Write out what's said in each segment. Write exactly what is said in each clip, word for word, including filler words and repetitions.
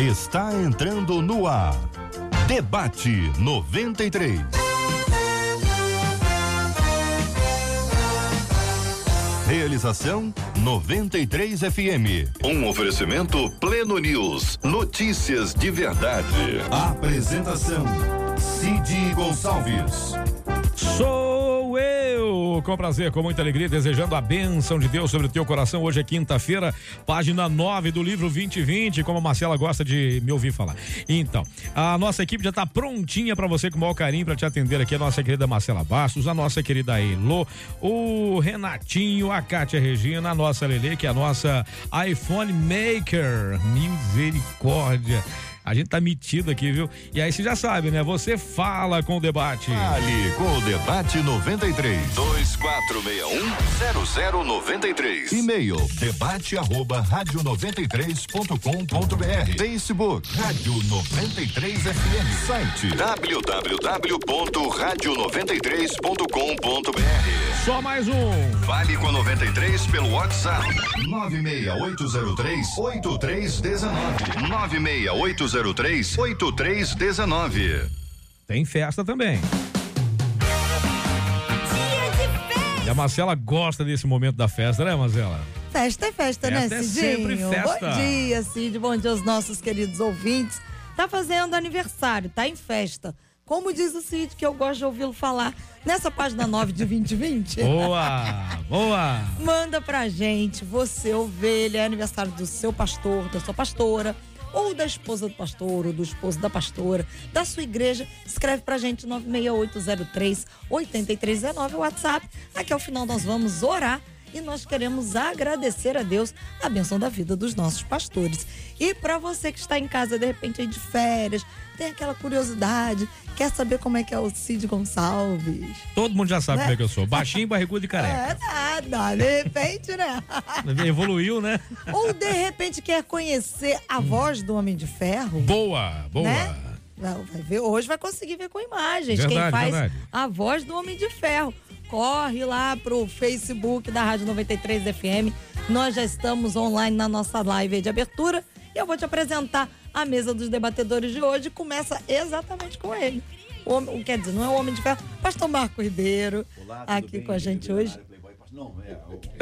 está entrando no ar. Debate noventa e três. Realização noventa e três F M. Um oferecimento Pleno News. Notícias de verdade. Apresentação Cid Gonçalves. Sou eu, com prazer, com muita alegria, desejando a bênção de Deus sobre o teu coração. Hoje é quinta-feira, página nove do livro vinte e vinte, como a Marcela gosta de me ouvir falar. Então, a nossa equipe já está prontinha para você, com o maior carinho, para te atender aqui, a nossa querida Marcela Bastos, a nossa querida Elô, o Renatinho, a Kátia Regina, a nossa Lelê, que é a nossa iPhone Maker. Misericórdia. A gente tá metido aqui, viu? E aí você já sabe, né? Você fala com o debate. Fale com o debate noventa e três. dois quatro seis um zero zero nove três. E-mail debate arroba rádio noventa e três ponto com ponto br. Facebook Rádio noventa e três F M. Site w w w ponto rádio noventa e três ponto com ponto br. Só mais um. Fale com a noventa e três pelo WhatsApp nove seis oito zero três oito três um nove. nove seis oito zero três oito três um nove. Tem festa também. Dia de festa. E a Marcela gosta desse momento da festa, né, Marcela? Festa é festa, Festa né, é Cidinho? sempre festa. Bom dia, Cid. Bom dia aos nossos queridos ouvintes. Tá fazendo aniversário, tá em festa. Como diz o Cid, que eu gosto de ouvi-lo falar nessa página nove de vinte e vinte. Boa, boa. Manda pra gente, você, ovelha, é aniversário do seu pastor, da sua pastora, ou da esposa do pastor, ou do esposo da pastora, da sua igreja. Escreve pra gente nove seis oito zero três oito três um nove, o WhatsApp. Aqui ao final nós vamos orar e nós queremos agradecer a Deus a bênção da vida dos nossos pastores. E para você que está em casa, de repente, aí de férias, tem aquela curiosidade, quer saber como é que é o Cid Gonçalves? Todo mundo já sabe, né? Como é que eu sou. Baixinho, barrigudo e careca. É nada, de repente, né? Evoluiu, né? Ou de repente quer conhecer a voz do Homem de Ferro. Boa, boa. Né? Vai ver, hoje vai conseguir ver com imagens. Verdade, quem faz verdade. a voz do Homem de Ferro. Corre lá pro Facebook da Rádio noventa e três F M. Nós já estamos online na nossa live de abertura. E eu vou te apresentar a mesa dos debatedores de hoje. Começa exatamente com ele. O homem, quer dizer, não é o Homem de Ferro, Pastor Marco Ribeiro, Olá, aqui bem? Com a gente hoje. Não, é,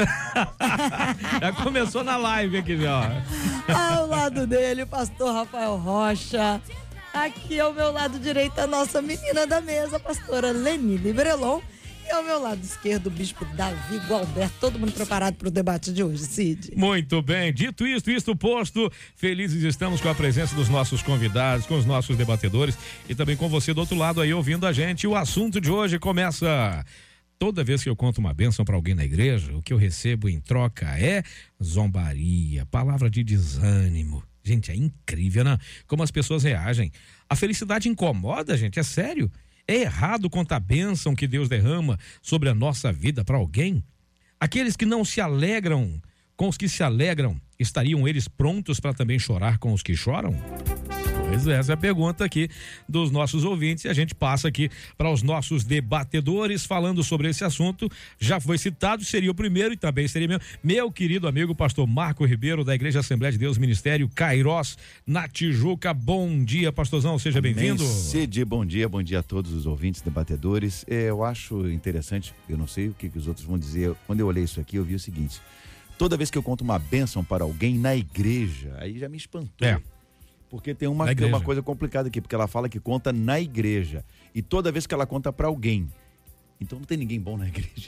já começou na live aqui, já. Ao lado dele, o pastor Rafael Rocha. Aqui ao meu lado direito, a nossa menina da mesa, a pastora Leni Librelon. E ao meu lado esquerdo, o bispo Davi Gualberto. Todo mundo preparado para o debate de hoje, Cid? Muito bem. Dito isto, isto posto, felizes estamos com a presença dos nossos convidados, com os nossos debatedores e também com você do outro lado aí ouvindo a gente. O assunto de hoje começa... Toda vez que eu conto uma bênção para alguém na igreja, o que eu recebo em troca é zombaria, palavra de desânimo. Gente, é incrível, né? Como as pessoas reagem. A felicidade incomoda, gente, é sério. É errado contar a bênção que Deus derrama sobre a nossa vida para alguém? Aqueles que não se alegram com os que se alegram, estariam eles prontos para também chorar com os que choram? Pois é, essa é a pergunta aqui dos nossos ouvintes e a gente passa aqui para os nossos debatedores falando sobre esse assunto. Já foi citado, seria o primeiro e também seria meu, meu querido amigo pastor Marco Ribeiro da Igreja Assembleia de Deus Ministério Cairós na Tijuca. Bom dia, pastorzão, seja bem-vindo. Cid, bom dia, bom dia a todos os ouvintes, debatedores. É, eu acho interessante, eu não sei o que, que os outros vão dizer, quando eu olhei isso aqui eu vi o seguinte: toda vez que eu conto uma bênção para alguém na igreja, aí já me espantou. É. Porque tem uma, tem uma coisa complicada aqui, porque ela fala que conta na igreja. E toda vez que ela conta para alguém, então não tem ninguém bom na igreja.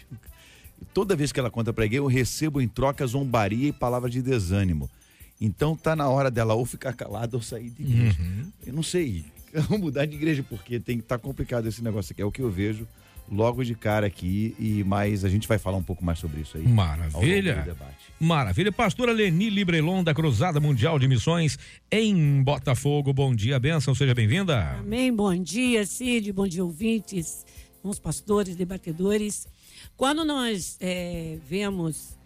E toda vez que ela conta para alguém, eu recebo em troca zombaria e palavras de desânimo. Então tá na hora dela ou ficar calada ou sair de igreja. Uhum. Eu não sei, eu vou mudar de igreja, porque tem que estar tá complicado esse negócio aqui. É o que eu vejo logo de cara aqui, e mais a gente vai falar um pouco mais sobre isso aí. Maravilha. Maravilha. Pastora Leni Librelon da Cruzada Mundial de Missões em Botafogo. Bom dia, bênção, seja bem-vinda. Amém, bom dia, Cid, bom dia, ouvintes, bons pastores, debatedores. Quando nós é, vemos,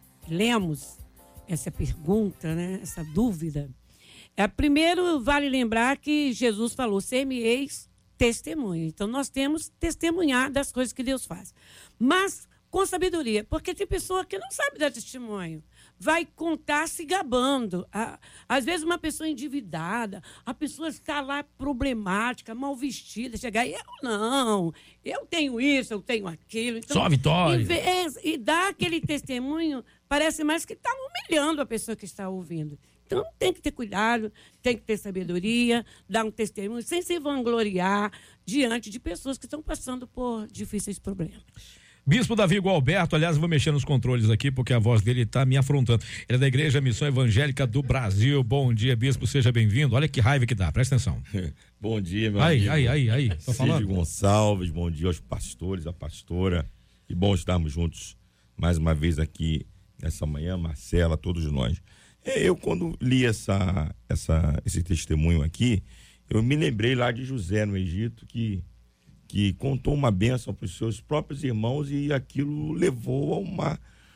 lemos essa pergunta, né, essa dúvida, é, primeiro vale lembrar que Jesus falou: ser-me-eis testemunho. Então, nós temos que testemunhar das coisas que Deus faz. Mas com sabedoria, porque tem pessoa que não sabe dar testemunho. vai contar se gabando. Às vezes uma pessoa endividada, a pessoa está lá problemática, mal vestida, chegar e eu não, eu tenho isso, eu tenho aquilo. Então, só a vitória. E, e dá aquele testemunho, parece mais que está humilhando a pessoa que está ouvindo. Então, tem que ter cuidado, tem que ter sabedoria, dar um testemunho, sem se vangloriar diante de pessoas que estão passando por difíceis problemas. Bispo Davi Gualberto, aliás, eu vou mexer nos controles aqui, porque a voz dele está me afrontando. Ele é da Igreja Missão Evangélica do Brasil. Bom dia, Bispo, seja bem-vindo. Olha que raiva que dá, presta atenção. Bom dia, meu aí, amigo. Aí, aí, aí, tô falando. Cid Gonçalves, bom dia aos pastores, à pastora. Que bom estarmos juntos mais uma vez aqui nessa manhã, Marcela, todos nós. Eu, quando li essa, essa, esse testemunho aqui, eu me lembrei lá de José no Egito, que, que contou uma bênção para os seus próprios irmãos e aquilo levou a uma,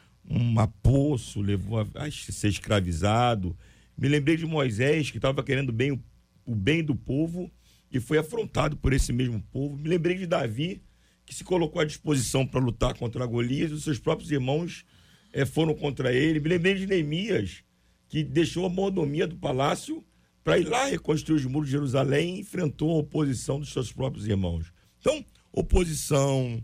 uma poço, levou a, a ser escravizado. Me lembrei de Moisés, que estava querendo bem, o, o bem do povo e foi afrontado por esse mesmo povo. Me lembrei de Davi, que se colocou à disposição para lutar contra Golias e os seus próprios irmãos eh, foram contra ele. Me lembrei de Neemias, que deixou a mordomia do palácio para ir lá reconstruir os muros de Jerusalém e enfrentou a oposição dos seus próprios irmãos. Então, oposição,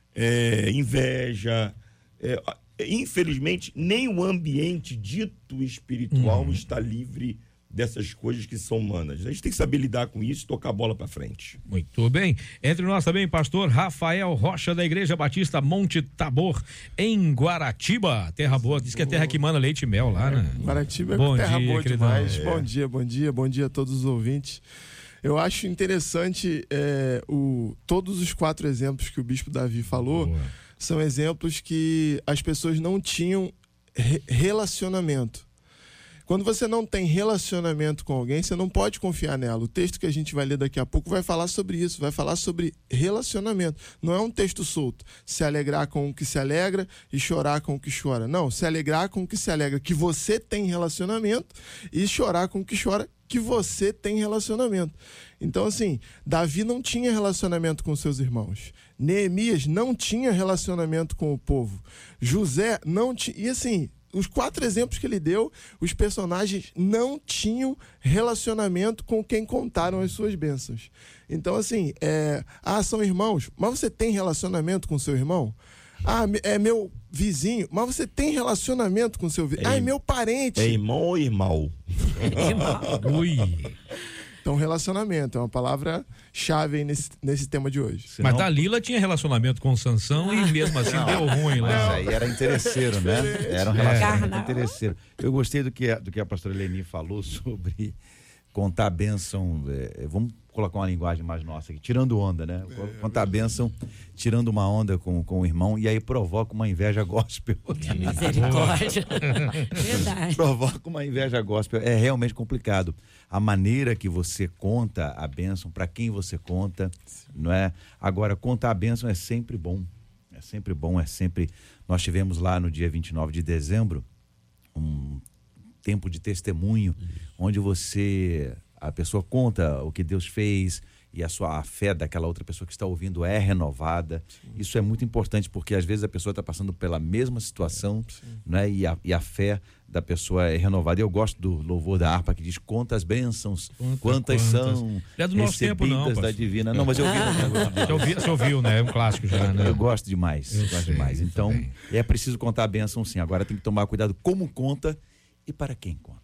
é, inveja, é, infelizmente, nem o ambiente dito espiritual hum. está livre dessas coisas que são humanas. A gente tem que saber lidar com isso e tocar a bola para frente. Muito bem. Entre nós também, pastor Rafael Rocha, da Igreja Batista Monte Tabor, em Guaratiba. Terra boa. Diz que é terra que manda leite e mel lá, né? Guaratiba é bom terra dia, boa queridão. demais. É. Bom dia, bom dia, bom dia a todos os ouvintes. Eu acho interessante é, o, todos os quatro exemplos que o Bispo Davi falou. Boa. São exemplos que as pessoas não tinham re- relacionamento. Quando você não tem relacionamento com alguém, você não pode confiar nela. O texto que a gente vai ler daqui a pouco vai falar sobre isso, vai falar sobre relacionamento. Não é um texto solto. Se alegrar com o que se alegra e chorar com o que chora. Não, se alegrar com o que se alegra, que você tem relacionamento, e chorar com o que chora, que você tem relacionamento. Então, assim, Davi não tinha relacionamento com seus irmãos. Neemias não tinha relacionamento com o povo. José não tinha... E assim... Os quatro exemplos que ele deu, os personagens não tinham relacionamento com quem contaram as suas bênçãos. Então, assim, é, ah, são irmãos, mas você tem relacionamento com seu irmão? Ah, é meu vizinho, mas você tem relacionamento com seu vizinho? É, ah, é meu parente. É irmão ou irmão? É irmão. Ui. Então, relacionamento é uma palavra-chave aí nesse, nesse tema de hoje. Senão... Mas Dalila tinha relacionamento com Sansão e mesmo assim não, deu ruim lá. Mas aí era interesseiro, né? Era um relacionamento é. interesseiro. Eu gostei do que, do que a pastora Eleni falou sobre contar a bênção. É, vamos colocar uma linguagem mais nossa aqui, tirando onda, né? Contar a bênção, tirando uma onda com, com o irmão, e aí provoca uma inveja gospel. Misericórdia. Verdade. Provoca uma inveja gospel. É realmente complicado. A maneira que você conta a bênção, para quem você conta, não é? Agora, contar a bênção é sempre bom. É sempre bom, é sempre... Nós tivemos lá no dia vinte e nove de dezembro um tempo de testemunho, onde você... A pessoa conta o que Deus fez e a sua a fé daquela outra pessoa que está ouvindo é renovada. Sim. Isso é muito importante, porque às vezes a pessoa está passando pela mesma situação, é, né? e, a, e a fé da pessoa é renovada. Eu gosto do louvor da harpa que diz: quantas bênçãos, Quanta, quantas, quantas são é do nosso tempo, não, da divina. Não, mas eu ouvi. Ah. Você, ouviu, você ouviu, né? É um clássico já, né? Eu gosto demais, eu gosto sei, demais. Então, é preciso contar a bênção, sim. Agora tem que tomar cuidado como conta e para quem conta.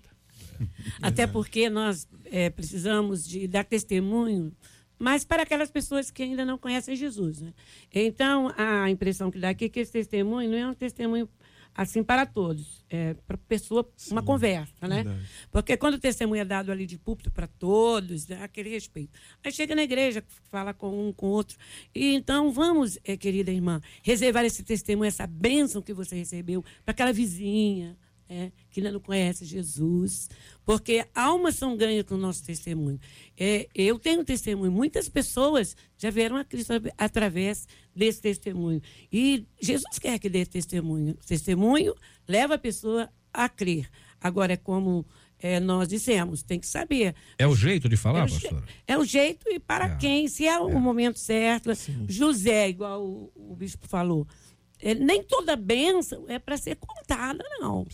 Até porque nós é, precisamos de dar testemunho, mas para aquelas pessoas que ainda não conhecem Jesus, né? Então, a impressão que dá aqui é que esse testemunho não é um testemunho assim para todos, é para a pessoa, Sim, uma conversa, né? Verdade. Porque quando o testemunho é dado ali de púlpito para todos, dá aquele respeito. Aí chega na igreja, fala com um, com outro. E então vamos, é, querida irmã, reservar esse testemunho, essa bênção que você recebeu para aquela vizinha, É, que ainda não conhece Jesus, porque almas são ganhas com o nosso testemunho. É, eu tenho testemunho, muitas pessoas já vieram a Cristo através desse testemunho. E Jesus quer que dê testemunho. Testemunho leva a pessoa a crer. Agora, é como é, nós dissemos, tem que saber. É o jeito de falar, é o pastora? É o jeito e para é. quem, se é o é. momento certo. Sim. José, igual o, o bispo falou, é, nem toda bênção é para ser contada, não.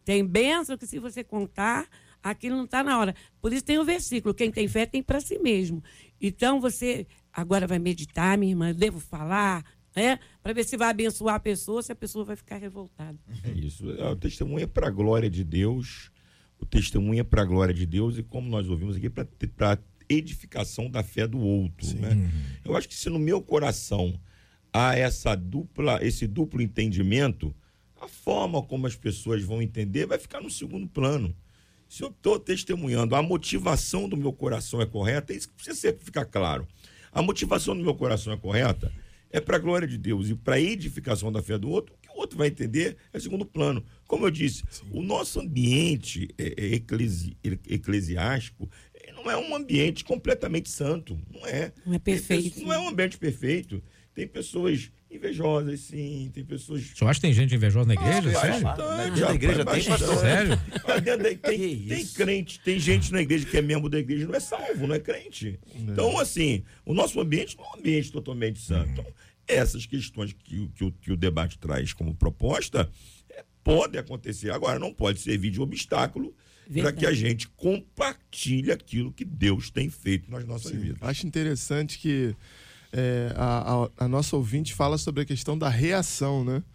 Tem bênção que se você contar, aquilo não está na hora. Por isso tem o versículo, quem tem fé tem para si mesmo. Então você agora vai meditar, minha irmã, eu devo falar, né? Para ver se vai abençoar a pessoa, se a pessoa vai ficar revoltada. É isso. O testemunho é para a glória de Deus, o testemunho é para a glória de Deus e como nós ouvimos aqui, para edificação da fé do outro. Né? Eu acho que se no meu coração há essa dupla, esse duplo entendimento, a forma como as pessoas vão entender vai ficar no segundo plano. Se eu estou testemunhando, a motivação do meu coração é correta, isso precisa sempre ficar claro. A motivação do meu coração é correta, é para a glória de Deus e para a edificação da fé do outro, o que o outro vai entender é segundo plano. Como eu disse, Sim. o nosso ambiente eclesi, eclesiástico não é um ambiente completamente santo, não é. Não é perfeito. Não é um ambiente perfeito. Tem pessoas invejosas, sim, tem pessoas... O senhor acha que tem gente invejosa na igreja? Ah, sério? Bastante, na igreja tem bastante. Sério? Tem, tem, tem crente, tem gente na igreja que é membro da igreja, não é salvo, não é crente. Não. Então, assim, o nosso ambiente não é um ambiente totalmente santo. Então, essas questões que, que, o, que o debate traz como proposta é, podem acontecer. Agora, não pode servir de obstáculo para que a gente compartilhe aquilo que Deus tem feito nas nossas Sim. vidas. Acho interessante que É, a, a, a nossa ouvinte fala sobre a questão da reação, né?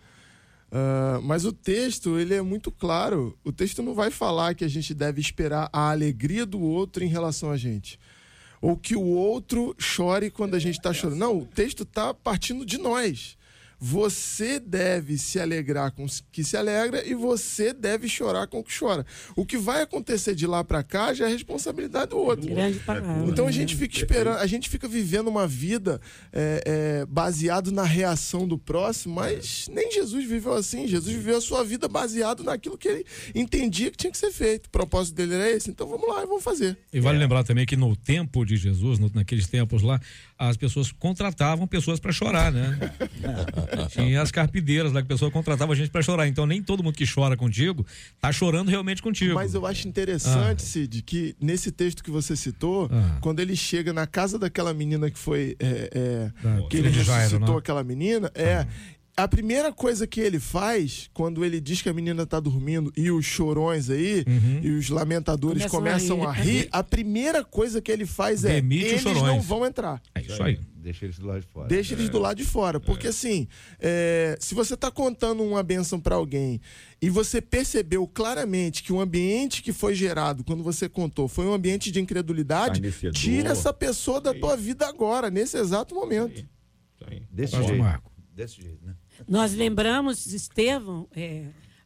Uh, mas o texto, ele é muito claro. O texto não vai falar que a gente deve esperar a alegria do outro em relação a gente. Ou que o outro chore quando a gente está chorando. Não, o texto está partindo de nós. Você deve se alegrar com o que se alegra e você deve chorar com o que chora. O que vai acontecer de lá para cá já é responsabilidade do outro. Então a gente fica esperando, a gente fica vivendo uma vida é, é, baseado na reação do próximo, mas nem Jesus viveu assim. Jesus viveu a sua vida baseado naquilo que ele entendia que tinha que ser feito. O propósito dele era esse, então vamos lá e vamos fazer. E vale é. lembrar também que no tempo de Jesus, no, naqueles tempos lá, as pessoas contratavam pessoas para chorar, né? Tinha as carpideiras lá que a pessoa contratava a gente para chorar. Então nem todo mundo que chora contigo tá chorando realmente contigo. Mas eu acho interessante, ah. Cid, que nesse texto que você citou, ah. quando ele chega na casa daquela menina que foi é, é, ah, que ele ressuscitou aquela menina, é ah. a primeira coisa que ele faz, quando ele diz que a menina tá dormindo e os chorões aí, uhum. e os lamentadores começam, começam a, rir. a rir, a primeira coisa que ele faz é, Demite eles não vão entrar. É isso aí. Deixa eles do lado de fora. Deixa eles do lado de fora. Porque é. assim, é, se você tá contando uma bênção para alguém e você percebeu claramente que o ambiente que foi gerado quando você contou foi um ambiente de incredulidade, tira essa pessoa da tua vida agora, nesse exato momento. Desse Mas, jeito. Marco. Desse jeito, né? Nós lembramos, Estevão, é,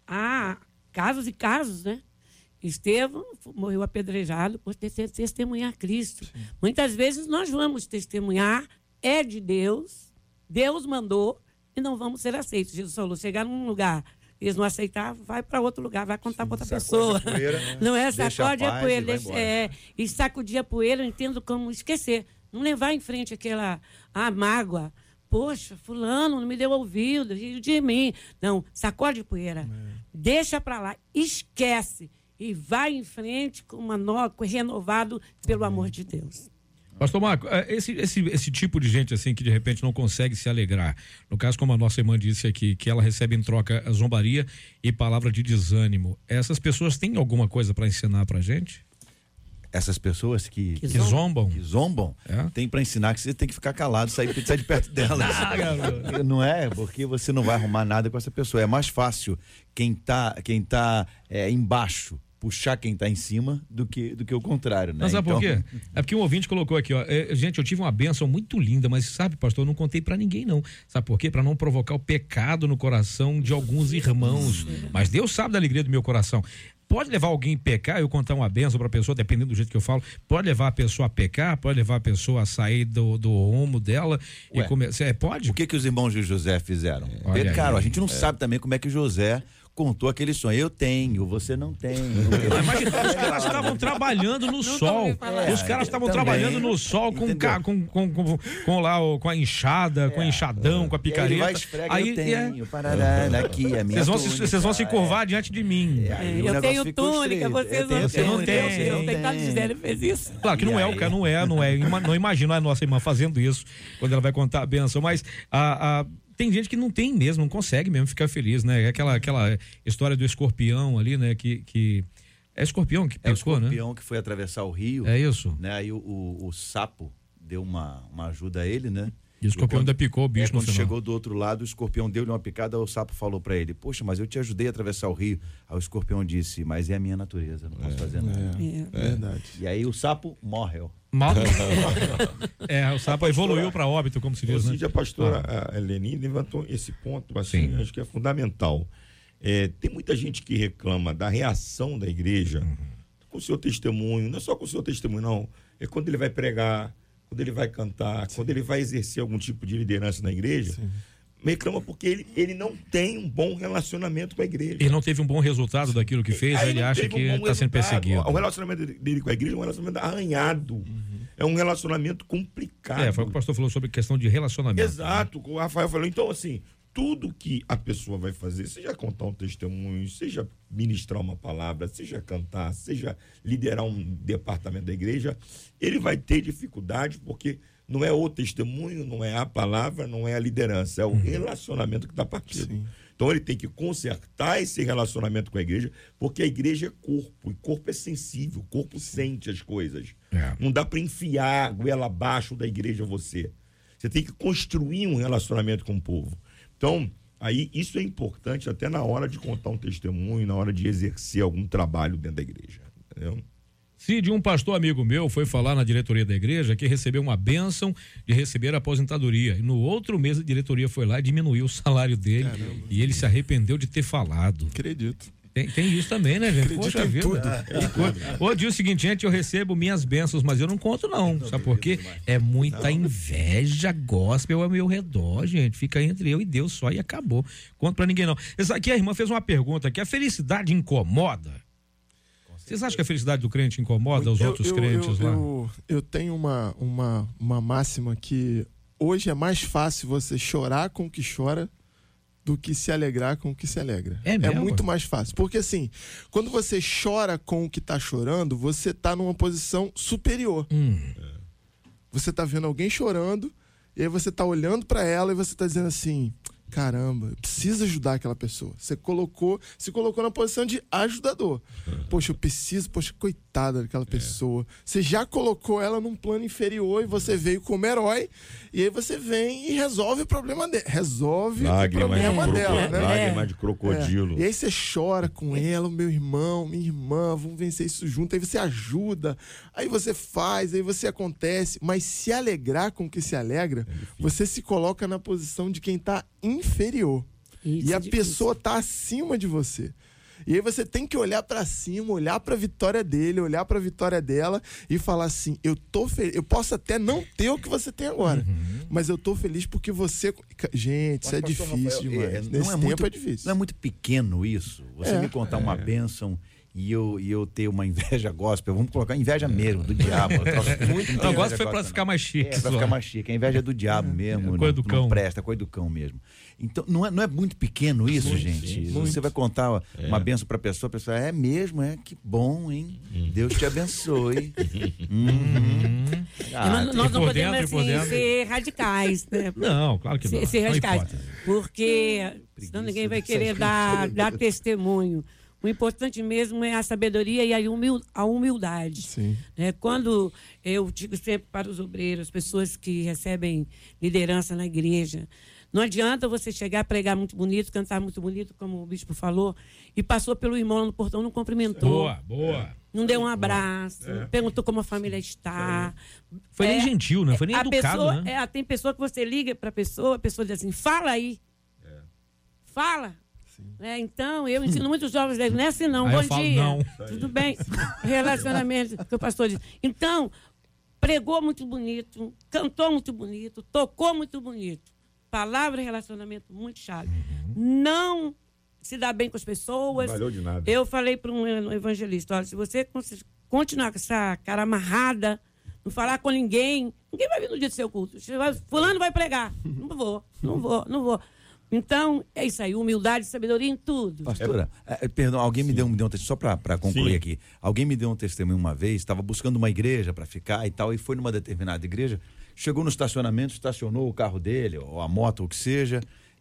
há casos e casos, né? Estevão morreu apedrejado por ter, ter, testemunhar Cristo. Sim. Muitas vezes nós vamos testemunhar, é de Deus, Deus mandou e não vamos ser aceitos. Jesus falou, chegar num lugar, eles não aceitar, vai para outro lugar, vai contar para outra pessoa. A poeira, não é? Sacode a poeira. E, deixa, é, e sacudir a poeira, eu entendo como esquecer. Não levar em frente aquela a mágoa. Poxa, fulano não me deu ouvido, de mim. Não, sacode a poeira. É. Deixa para lá, esquece. E vai em frente com uma nova, renovado pelo Amém. Amor de Deus. Pastor Marco, esse, esse, esse tipo de gente assim que de repente não consegue se alegrar, no caso como a nossa irmã disse aqui, que ela recebe em troca a zombaria e palavra de desânimo, essas pessoas têm alguma coisa para ensinar pra gente? Essas pessoas que, que, que zombam, que zombam é? Tem para ensinar que você tem que ficar calado, sair, sair de perto delas. Ah, não é? Porque você não vai arrumar nada com essa pessoa. É mais fácil quem tá, quem tá é, embaixo puxar quem tá em cima do que, do que o contrário, né? Mas sabe então... por quê? É porque um ouvinte colocou aqui, ó, é, gente, eu tive uma bênção muito linda, mas sabe, pastor, eu não contei pra ninguém não. Sabe por quê? Pra não provocar o pecado no coração de alguns irmãos. Mas Deus sabe da alegria do meu coração. Pode levar alguém a pecar, eu contar uma bênção pra pessoa, dependendo do jeito que eu falo, pode levar a pessoa a pecar, pode levar a pessoa a sair do, do rumo dela. Ué, e começar. É, pode? O que que os irmãos de José fizeram? É. Pecaram. A gente não é. sabe também como é que José contou aquele sonho. Eu tenho, você não tem. Imagina, os caras estavam trabalhando no não sol. É, os caras estavam trabalhando no sol com, ca, com, com, com, com, lá, com a enxada, é, com a enxadão, é. com a picareta. Ele vai esfregar, aí eu tenho, é... parará, daqui, a minha Vocês vão, se, vocês vão se curvar é. diante de mim. É, eu tenho túnica, vocês não têm. Não tem. Não tem nada de Gisele fez isso. Claro que não é, o cara não é, não é. Não imagino a nossa irmã fazendo isso quando ela vai contar a bênção, mas a, a tem gente que não tem mesmo, não consegue mesmo ficar feliz, né? Aquela, aquela história do escorpião ali, né? Que, que... É escorpião que pescou, né? É o né? escorpião que foi atravessar o rio. É isso. Né? Aí o, o, o sapo deu uma, uma ajuda a ele, né? E o escorpião ainda picou o bicho é, no quando final. chegou do outro lado, o escorpião deu-lhe uma picada, o sapo falou pra ele, poxa, mas eu te ajudei a atravessar o rio. Aí o escorpião disse, mas é a minha natureza, não posso é, fazer nada. É, é verdade. E aí o sapo morreu. Mal... é, o sapo evoluiu para óbito, como se diz, né? A pastora a Eleni levantou esse ponto, assim, Sim. acho que é fundamental. É, tem muita gente que reclama da reação da igreja uhum. com o seu testemunho, não é só com o seu testemunho, não. É quando ele vai pregar, quando ele vai cantar, Sim. quando ele vai exercer algum tipo de liderança na igreja, Sim. reclama porque ele, ele não tem um bom relacionamento com a igreja. Ele não teve um bom resultado Sim. daquilo que fez, aí ele acha que está um sendo perseguido. O relacionamento dele com a igreja é um relacionamento arranhado. Uhum. É um relacionamento complicado. É, foi o que o pastor falou sobre questão de relacionamento. Exato, né? O Rafael falou. Então, assim, tudo que a pessoa vai fazer, seja contar um testemunho, seja ministrar uma palavra, seja cantar, seja liderar um departamento da igreja, ele vai ter dificuldade porque não é o testemunho, não é a palavra, não é a liderança, é o uhum. relacionamento que está partindo. Sim. Então ele tem que consertar esse relacionamento com a igreja, porque a igreja é corpo, e corpo é sensível, o corpo Sim. sente as coisas. É. Não dá para enfiar a goela abaixo da igreja você. Você tem que construir um relacionamento com o povo. Então, aí isso é importante até na hora de contar um testemunho, na hora de exercer algum trabalho dentro da igreja. Entendeu? Cid, um pastor amigo meu foi falar na diretoria da igreja que recebeu uma bênção de receber a aposentadoria. E no outro mês a diretoria foi lá e diminuiu o salário dele. Caramba. E ele se arrependeu de ter falado. Acredito. Tem, tem isso também, né, gente? Acredito Poxa em vida. Tudo. É. Ô, diz o seguinte, gente, eu recebo minhas bênçãos, mas eu não conto não. Sabe por quê? É muita inveja gospel ao meu redor, gente. Fica entre eu e Deus só e acabou. Conto pra ninguém não. Essa aqui a irmã fez uma pergunta aqui. A felicidade incomoda? Vocês acham que a felicidade do crente incomoda os eu, outros eu, crentes eu, lá? Eu, eu tenho uma, uma, uma máxima que hoje é mais fácil você chorar com o que chora do que se alegrar com o que se alegra. É mesmo? É muito mais fácil. Porque assim, quando você chora com o que está chorando, você está numa posição superior. Hum. Você está vendo alguém chorando, e aí você está olhando para ela e você está dizendo assim... Caramba, eu preciso ajudar aquela pessoa. Você colocou, se colocou na posição de ajudador. Poxa, eu preciso, poxa, coitada daquela pessoa. Você já colocou ela num plano inferior e você veio como herói, e aí você vem e resolve o problema dela. Resolve lágrima o problema de dela, croco, né? Lágrima de crocodilo. É. E aí você chora com ela, meu irmão, minha irmã, vamos vencer isso junto. Aí você ajuda, aí você faz, aí você acontece. Mas se alegrar com o que se alegra, é você se coloca na posição de quem está inferior. Isso, e a é pessoa tá acima de você. E aí você tem que olhar para cima, olhar para a vitória dele, olhar para a vitória dela e falar assim: eu tô feliz. Eu posso até não ter o que você tem agora, uhum. mas eu tô feliz porque você. Gente, isso é difícil Rafael, demais. É, Nesse não é tempo muito, é difícil. Não é muito pequeno isso? Você é, me contar é. uma bênção e eu, e eu ter uma inveja gospel, vamos colocar inveja mesmo, do diabo. Muito não, gospel foi para ficar mais chique. É, para ficar mais chique. A inveja é do diabo mesmo. É, coisa não, do cão. Não presta, coisa do cão mesmo. Então, não é, não é muito pequeno isso, muito, gente? Sim, você muito. Vai contar uma é. benção para a pessoa, a pessoa, é mesmo, é? Que bom, hein? Hum. Deus te abençoe. uhum. ah, nós não podemos dentro, assim, ser radicais, né? Não, claro que não. Ser, ser não radicais. Importa. Porque senão ninguém vai querer dar, dar testemunho. O importante mesmo é a sabedoria e a humildade. Sim. Né? Quando eu digo sempre para os obreiros, pessoas que recebem liderança na igreja, não adianta você chegar, pregar muito bonito, cantar muito bonito, como o bispo falou, e passou pelo irmão lá no portão, não cumprimentou. Boa, boa. Não deu um abraço, é. perguntou como a família está. Foi nem é, gentil, né? Foi nem a educado, pessoa, né? É, tem pessoa que você liga para a pessoa, a pessoa diz assim, fala aí. É. Fala. É, então, eu ensino muitos jovens, não é assim não, Aí bom eu falo, dia. Não. Tudo bem? Relacionamento, que o pastor diz. Então, pregou muito bonito, cantou muito bonito, tocou muito bonito. Palavra e relacionamento muito chave. Uhum. Não se dá bem com as pessoas. Não valeu de nada. Eu falei para um evangelista, olha, se você continuar com essa cara amarrada, não falar com ninguém, ninguém vai vir no dia do seu culto. Fulano vai pregar. Não vou, não vou, não vou. Então, é isso aí, humildade e sabedoria em tudo. Pastora, é, perdão, alguém me deu, me deu um testemunho, só para concluir Sim. aqui. Alguém me deu um testemunho uma vez, estava buscando uma igreja para ficar e tal, e foi numa determinada igreja, chegou no estacionamento, estacionou o carro dele, ou a moto, ou o que seja,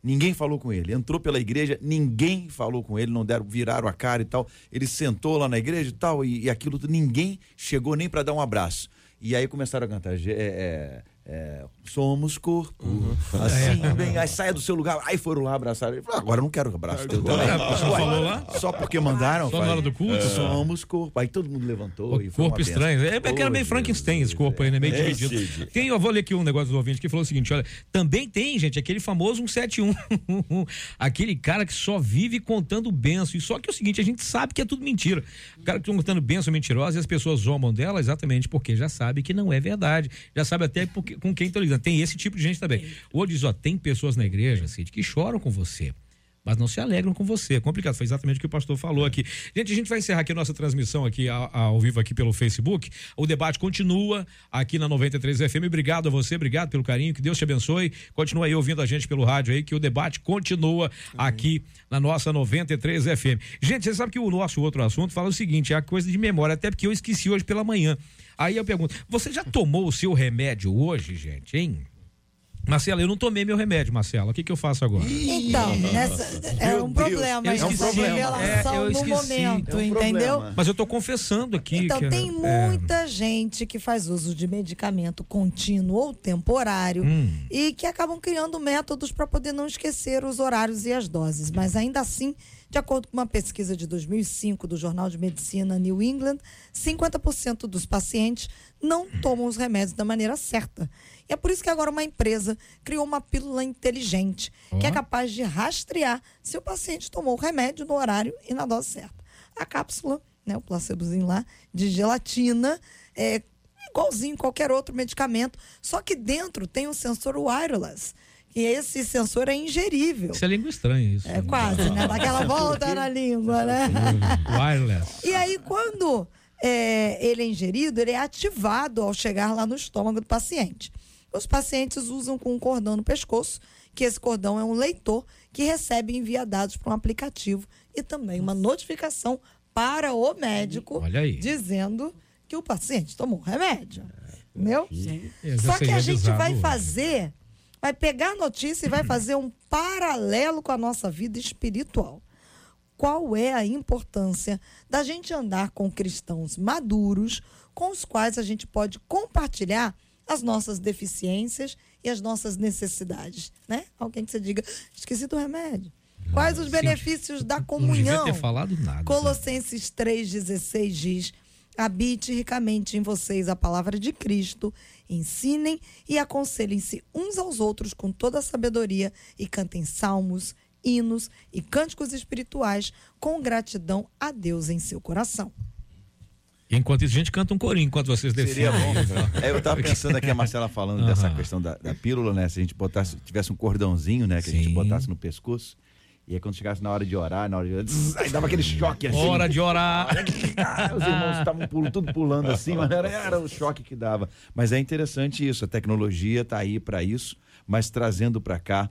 ninguém falou com ele. Entrou pela igreja, ninguém falou com ele, não deram, viraram a cara e tal. Ele sentou lá na igreja e tal, e, e aquilo, ninguém chegou nem para dar um abraço. E aí começaram a cantar, é, é, é, somos corpo, uhum. assim, bem, aí saia do seu lugar. Aí foram lá abraçar ele. Falou, agora eu não quero abraço teu também. Falou lá? Só porque mandaram. Só na hora do culto? É. Somos corpo. Aí todo mundo levantou. O e foi corpo estranho. É que era meio Frankenstein esse corpo aí, né? Meio É, dividido. Tem, eu vou ler aqui um negócio do ouvinte que falou o seguinte, olha, também tem, gente, aquele famoso cento e setenta e um. Aquele cara que só vive contando benção. E só que é o seguinte, a gente sabe que é tudo mentira. O cara que está contando benção mentirosa e as pessoas zombam dela exatamente porque já sabe que não é verdade. Já sabe até porque, com quem está lidando. Tem esse tipo de gente também. O outro diz, ó, tem pessoas na igreja, Cid, que choram com você, mas não se alegram com você. É complicado, foi exatamente o que o pastor falou aqui. Gente, a gente vai encerrar aqui a nossa transmissão aqui ao, ao vivo aqui pelo Facebook. O debate continua aqui na noventa e três F M. Obrigado a você, obrigado pelo carinho, que Deus te abençoe. Continua aí ouvindo a gente pelo rádio aí, que o debate continua aqui na nossa noventa e três F M. Gente, você sabe que o nosso outro assunto fala o seguinte, é a coisa de memória, até porque eu esqueci hoje pela manhã. Aí eu pergunto, você já tomou o seu remédio hoje, gente, hein? Marcela, eu não tomei meu remédio, Marcela. O que que eu faço agora? Então, nessa, é um problema, essa revelação é, eu no esqueci. momento, É um entendeu? problema. Mas eu tô confessando aqui. Então, que, tem é, muita gente que faz uso de medicamento contínuo ou temporário Hum. e que acabam criando métodos para poder não esquecer os horários e as doses. Mas ainda assim, de acordo com uma pesquisa de dois mil e cinco do Jornal de Medicina New England, cinquenta por cento dos pacientes não tomam os remédios da maneira certa. E é por isso que agora uma empresa criou uma pílula inteligente, Oh. que é capaz de rastrear se o paciente tomou o remédio no horário e na dose certa. A cápsula, né, o placebozinho lá, de gelatina, é igualzinho qualquer outro medicamento, só que dentro tem um sensor wireless. E esse sensor é ingerível. Isso é língua estranha, isso. É quase, né? Dá aquela volta na língua, né? Wireless. E aí, quando é, ele é ingerido, ele é ativado ao chegar lá no estômago do paciente. Os pacientes usam com um cordão no pescoço, que esse cordão é um leitor que recebe e envia dados para um aplicativo e também uma notificação para o médico Olha aí. dizendo que o paciente tomou remédio. Entendeu? Eu já Só que seria a gente avisado vai hoje. fazer, vai pegar a notícia e vai fazer um paralelo com a nossa vida espiritual. Qual é a importância da gente andar com cristãos maduros, com os quais a gente pode compartilhar as nossas deficiências e as nossas necessidades, né? Alguém que você diga, esqueci do remédio. Quais os benefícios da Não comunhão? devia ter falado nada. Colossenses três dezesseis diz, habite ricamente em vocês a palavra de Cristo, ensinem e aconselhem-se uns aos outros com toda a sabedoria e cantem salmos, hinos e cânticos espirituais com gratidão a Deus em seu coração. Enquanto isso, a gente canta um corinho enquanto vocês Seria defendem. bom. É, eu tava pensando aqui, a Marcela falando Aham. dessa questão da, da pílula, né? Se a gente botasse, tivesse um cordãozinho, né? Que a gente Sim. botasse no pescoço. E aí quando chegasse na hora de orar, na hora de zzz, aí dava aquele choque assim. Hora de orar. Ah, os irmãos estavam pulando, tudo pulando assim, mas era, era o choque que dava. Mas é interessante isso, a tecnologia está aí para isso, mas trazendo para cá,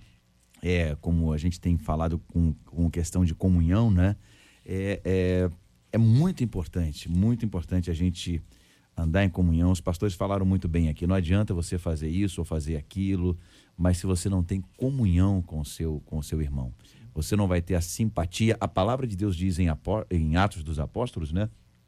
é, como a gente tem falado com, com questão de comunhão, né? É, é, é muito importante, muito importante a gente andar em comunhão. Os pastores falaram muito bem aqui, não adianta você fazer isso ou fazer aquilo, mas se você não tem comunhão com o seu, com o seu irmão, você não vai ter a simpatia. A palavra de Deus diz em, Apó- em Atos dos Apóstolos, né?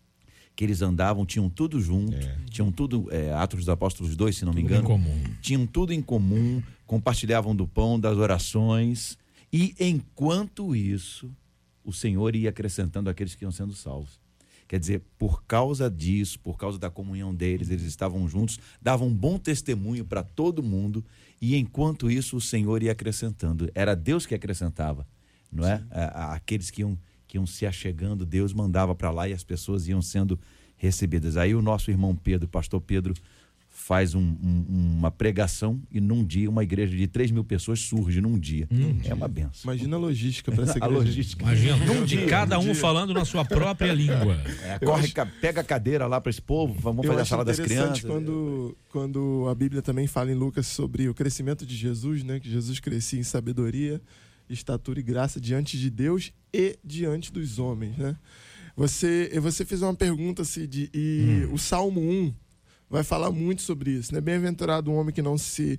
Que eles andavam, tinham tudo junto, É. tinham tudo, é, Atos dos Apóstolos dois, se não me Tudo em engano. comum. Tinham tudo em comum, compartilhavam do pão, das orações, e enquanto isso, o Senhor ia acrescentando aqueles que iam sendo salvos. Quer dizer, por causa disso, por causa da comunhão deles, eles estavam juntos, davam um bom testemunho para todo mundo, e enquanto isso o Senhor ia acrescentando. Era Deus que acrescentava, não é? A- a- Aqueles que iam, que iam se achegando, Deus mandava para lá e as pessoas iam sendo recebidas. Aí o nosso irmão Pedro, pastor Pedro, faz um- um- uma pregação e num dia uma igreja de três mil pessoas surge num dia. É uma benção. Imagina a logística para essa A igreja. logística. Imagina, um de cada um falando na sua própria língua. É, corre, ca- pega a cadeira lá para esse povo, vamos Eu fazer a acho sala das interessante crianças. quando, quando a Bíblia também fala em Lucas sobre o crescimento de Jesus, né? Que Jesus crescia em sabedoria, estatura e graça diante de Deus e diante dos homens, né? Você, você fez uma pergunta, Cid, e Hum. o Salmo um vai falar muito sobre isso, né? Bem-aventurado o homem que não se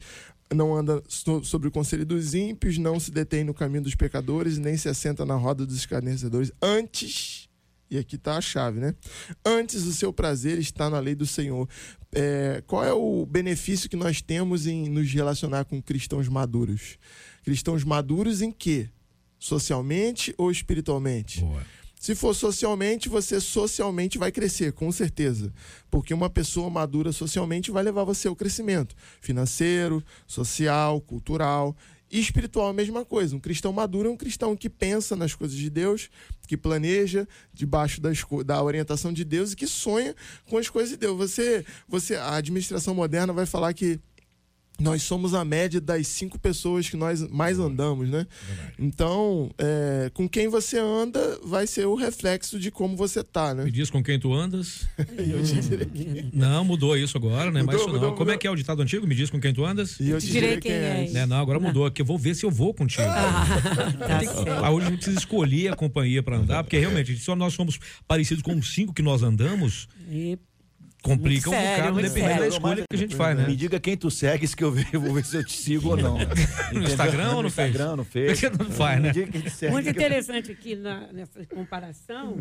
não anda so, sobre o conselho dos ímpios, não se detém no caminho dos pecadores, nem se assenta na roda dos escarnecedores. Antes, e aqui está a chave, né? Antes o seu prazer está na lei do Senhor. É, qual é o benefício que nós temos em nos relacionar com cristãos maduros? Cristãos maduros em quê? Socialmente ou espiritualmente? Boa. Se for socialmente, você socialmente vai crescer, com certeza. Porque uma pessoa madura socialmente vai levar você ao crescimento financeiro, social, cultural. E espiritual, a mesma coisa. Um cristão maduro é um cristão que pensa nas coisas de Deus, que planeja debaixo das, da orientação de Deus e que sonha com as coisas de Deus. Você, você, a administração moderna vai falar que nós somos a média das cinco pessoas que nós mais andamos, né? Verdade. Então, é, com quem você anda vai ser o reflexo de como você tá, né? Me diz com quem tu andas. Eu te direi quem. Não, mudou isso agora, né? Mudou, Mas isso mudou, não. Como mudou. é que é o ditado antigo? Me diz com quem tu andas. E eu te direi quem é. É, não, agora mudou aqui. Eu vou ver se eu vou contigo. Ah, tá Tem que- certo. Ah, hoje a gente precisa escolher a companhia para andar, porque realmente, se nós somos parecidos com os cinco que nós andamos, E complica um Muito sério, bocado, muito dependendo da sério. escolha que a gente faz, né? Me diga quem tu segues que eu ve- eu vou ver se eu te sigo ou não. No Instagram ou no Face? Instagram, no Face. Não faz, né? Me diga quem te segue. muito que eu- interessante aqui na- nessa comparação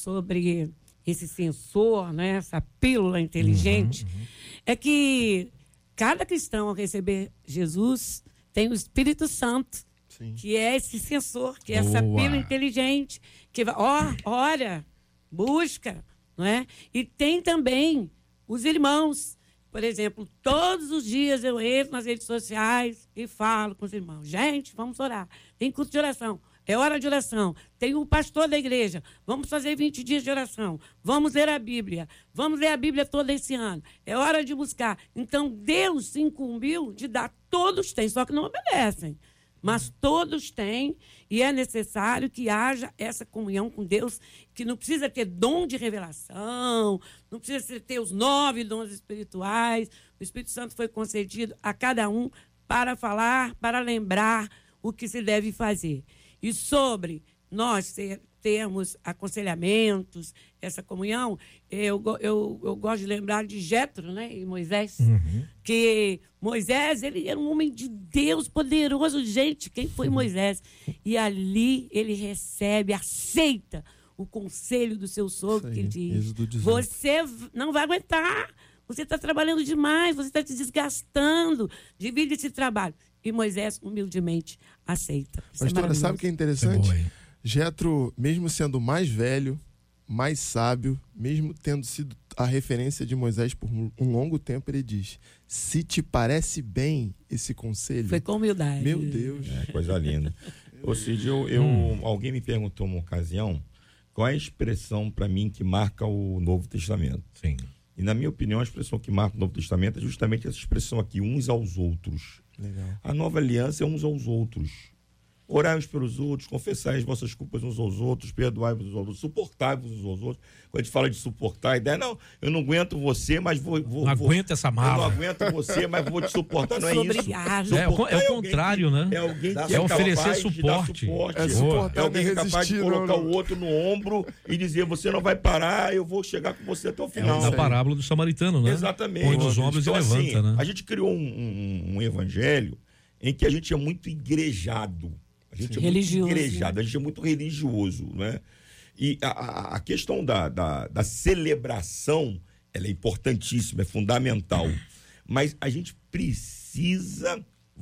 sobre esse sensor, né, essa pílula inteligente, é que cada cristão, ao receber Jesus, tem o Espírito Santo, Sim. que é esse sensor, que é essa Boa. pílula inteligente, que vai, ó, ora, busca, não é? E tem também os irmãos. Por exemplo, todos os dias eu entro nas redes sociais e falo com os irmãos. Gente, vamos orar. Tem culto de oração. É hora de oração. Tem o pastor da igreja. Vamos fazer vinte dias de oração. Vamos ler a Bíblia. Vamos ler a Bíblia toda esse ano. É hora de buscar. Então, Deus se incumbiu de dar. Todos têm, só que não obedecem. Mas todos têm, e é necessário que haja essa comunhão com Deus, que não precisa ter dom de revelação, não precisa ter os nove dons espirituais. O Espírito Santo foi concedido a cada um para falar, para lembrar o que se deve fazer. E sobre nós ter, termos aconselhamentos, essa comunhão, eu, go- eu, eu gosto de lembrar de Jétro, né, e Moisés, que Moisés, ele era um homem de Deus poderoso. Gente, quem foi Moisés? E ali ele recebe, aceita o conselho do seu sogro, Isso que aí, diz, Êxodo dezoito. você v- não vai aguentar, você está trabalhando demais, você está se desgastando, divide esse trabalho. E Moisés, humildemente, aceita. Isso é Pastora, sabe o que é maravilhoso. interessante? É boa, hein? Jétro, mesmo sendo mais velho, mais sábio, mesmo tendo sido a referência de Moisés por um um longo tempo, ele diz: se te parece bem esse conselho, Foi com humildade. meu Deus. É, coisa linda. Ou seja, eu, eu- alguém me perguntou uma ocasião qual é a expressão para mim que marca o Novo Testamento. Sim. E na minha opinião, a expressão que marca o Novo Testamento é justamente essa expressão aqui, uns aos outros. Legal. A nova aliança é uns aos outros. Orai uns pelos outros, confessai as vossas culpas uns aos outros, perdoai-vos uns aos outros, suportai-vos uns aos outros. Quando a gente fala de suportar, a ideia é, não, eu não aguento você, mas vou... vou Não vou- aguento essa Eu não mala. aguento você, mas vou te suportar, não é Sou isso. obrigado. É, o con- é o Suportar alguém contrário, que- né? É alguém que É é oferecer capaz de dar suporte. suporte. É É suportar, alguém que é não capaz de resistir, colocar não, não. o outro no ombro e dizer, você não vai parar, eu vou chegar com você até o É final. da parábola do samaritano, né? Exatamente. Põe dos ombros Então, e levanta, assim, né? A gente criou um, um- um evangelho em que a gente é muito igrejado. A gente é Religioso, muito igrejado, a gente é muito religioso, né? E a, a- a questão da, da, da celebração, ela é importantíssima, é fundamental. Mas a gente precisa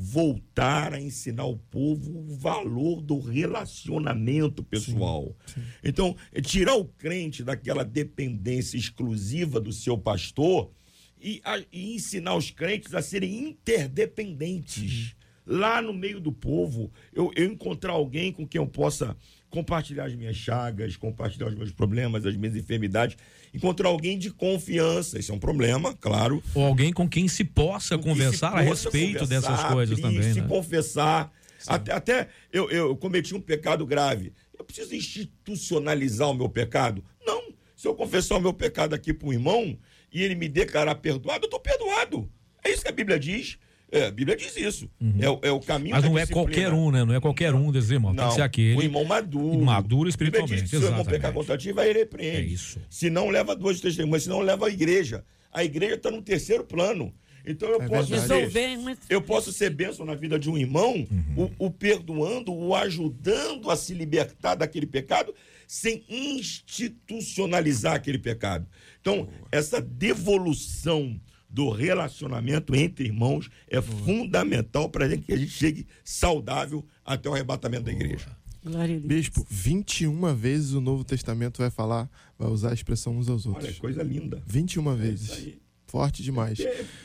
voltar a ensinar ao povo o valor do relacionamento pessoal. Então, é tirar o crente daquela dependência exclusiva do seu pastor e, a- e ensinar os crentes a serem interdependentes. Lá no meio do povo, eu, eu encontrar alguém com quem eu possa compartilhar as minhas chagas, compartilhar os meus problemas, as minhas enfermidades, encontrar alguém de confiança. Isso é um problema, claro. Ou alguém com quem se possa Com que conversar se a possa respeito conversar, dessas coisas abrir, também, se né? confessar. Até, até eu, eu cometi um pecado grave. Eu preciso institucionalizar o meu pecado? Não. Se eu confessar o meu pecado aqui para um irmão e ele me declarar perdoado, eu estou perdoado. É isso que a Bíblia diz. É, a Bíblia diz isso. É, o- é o caminho Mas da não é disciplina. qualquer um, né? Não é qualquer um desses irmãos. Tem Não, que ser aquele. o irmão maduro. Maduro A espiritualmente, Bíblia diz que se o irmão exatamente. pecar contra ti, vai e repreende. É isso. Se não, leva duas testemunhas, se não, leva a igreja. A igreja está no terceiro plano. Então eu É posso verdade. ser, eu posso ser bênção na vida de um irmão, Uhum. o, o perdoando, o ajudando a se libertar daquele pecado, sem institucionalizar aquele pecado. Então, essa devolução do relacionamento entre irmãos é fundamental para que a gente chegue saudável até o arrebatamento da igreja. Glória a Deus. Bispo, vinte e uma vezes o Novo Testamento vai falar, vai usar a expressão uns aos outros. Olha, coisa linda. vinte e uma É vezes. isso aí. Forte demais.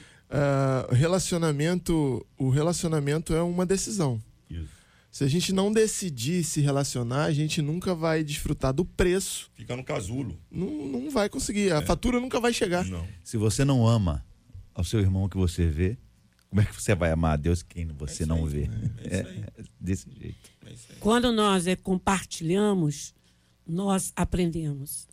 Uh, relacionamento, o relacionamento é uma decisão. Isso. Se a gente não decidir se relacionar, a gente nunca vai desfrutar do preço. Fica no casulo. Não, não vai conseguir. A fatura nunca vai chegar. Não. Se você não ama ao seu irmão que você vê, como é que você vai amar a Deus quem você não vê? É, é desse jeito. Quando nós é, compartilhamos, nós aprendemos.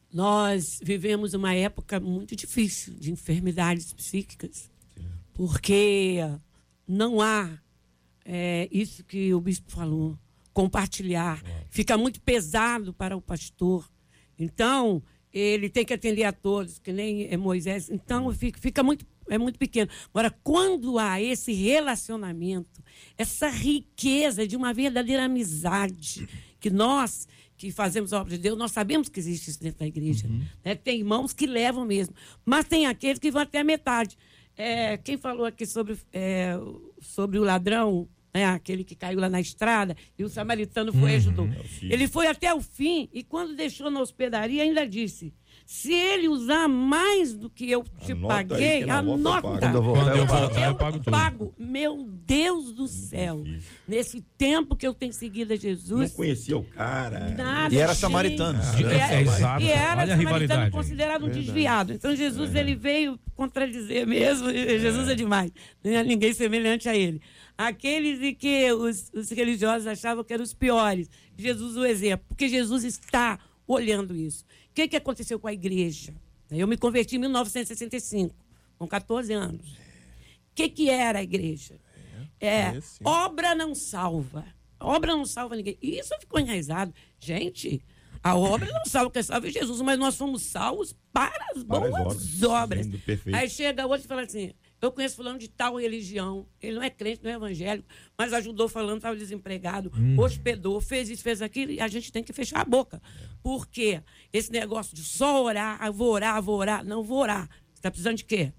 Nós vivemos uma época muito difícil de enfermidades psíquicas, porque não há é, isso que o bispo falou, compartilhar. Fica muito pesado para o pastor. Então, ele tem que atender a todos, que nem Moisés. Então, fica, fica muito, é muito pequeno. Agora, quando há esse relacionamento, essa riqueza de uma verdadeira amizade, que nós que fazemos a obra de Deus, nós sabemos que existe isso dentro da igreja. Uhum. Né? Tem irmãos que levam mesmo, mas tem aqueles que vão até a metade. É, quem falou aqui sobre, é, sobre o ladrão, né? Aquele que caiu lá na estrada, e o samaritano foi e ajudou. Uhum. Ele foi até o fim, e quando deixou na hospedaria, ainda disse: se ele usar mais do que eu te Anota aí, paguei, que na volta eu anota. pago. Quando eu voltar, Quando eu eu pago. voltar, eu pago tudo. pago. Meu Deus do céu. Nesse tempo que eu tenho seguido a Não Jesus, conhecia o cara. nada. E era gente. samaritano. E É, era, é exato. e era Olha a samaritano rivalidade. considerado um desviado. Então Jesus ele veio contradizer mesmo. Jesus é demais. Não há ninguém semelhante a ele. Aqueles em que os, os religiosos achavam que eram os piores. Jesus o exemplo. Porque Jesus está olhando isso. O que, que aconteceu com a igreja? Eu me converti em mil novecentos e sessenta e cinco, com catorze anos. O que, que era a igreja? É, é, sim. obra não salva. Obra não salva ninguém. E isso ficou enraizado. Gente, a obra não salva, quem salva é Jesus, mas nós somos salvos para as Para as boas obras. obras. Lindo, perfeito. Aí chega outro e fala assim: eu conheço fulano de tal religião, ele não é crente, não é evangélico, mas ajudou falando, estava desempregado, Hum. hospedou, fez isso, fez aquilo, e a gente tem que fechar a boca. Por quê? Esse negócio de só orar, ah, vou orar, vou orar, não vou orar. Você está precisando de quê?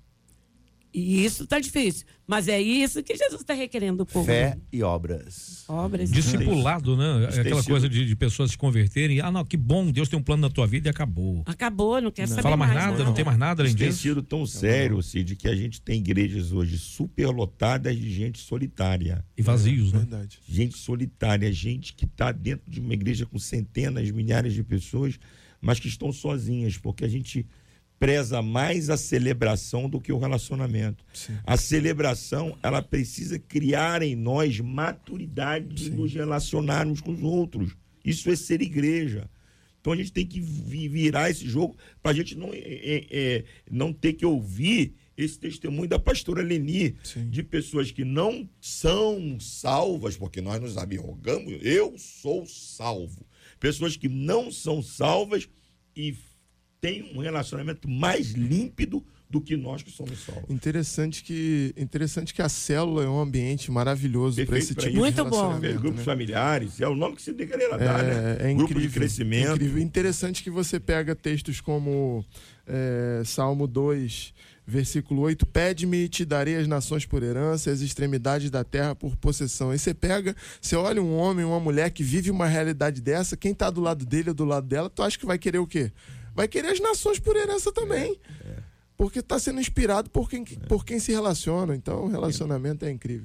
E isso está difícil, mas é isso que Jesus está requerendo do povo. Fé e obras. Obras. Discipulado, né? Isso tem Aquela sido- coisa de, de pessoas se converterem. Ah, não, que bom, Deus tem um plano na tua vida e acabou. Acabou, não quer Não saber fala mais mais nada, não. não tem mais nada além Isso tem disso. sido tão sério, Cid, que a gente tem igrejas hoje superlotadas de gente solitária. E vazios, né? Verdade. Gente solitária, gente que está dentro de uma igreja com centenas, milhares de pessoas, mas que estão sozinhas, porque a gente preza mais a celebração do que o relacionamento. Sim. A celebração, ela precisa criar em nós maturidade de nos relacionarmos com os outros. Isso é ser igreja. Então a gente tem que vi- virar esse jogo para a gente não, é, é, é, não ter que ouvir esse testemunho da pastora Leni, Sim. de pessoas que não são salvas, porque nós nos arrogamos, eu sou salvo. Pessoas que não são salvas e têm um relacionamento mais límpido do que nós que somos salvos. Interessante que, interessante que a célula é um ambiente maravilhoso para Perfeito esse pra tipo isso. de Muito bom. relacionamento. Grupos né? familiares, é o nome que se deveria dar, né? É, é Grupo incrível, de crescimento. incrível. Interessante que você pega textos como é, Salmo dois, versículo oito: pede-me e te darei as nações por herança, as extremidades da terra por possessão. Aí você pega, você olha um homem, uma mulher que vive uma realidade dessa, quem está do lado dele ou do lado dela, tu acha que vai querer o quê? Vai querer as nações por herança também. Porque está sendo inspirado por quem, por quem se relaciona. Então, o relacionamento é incrível.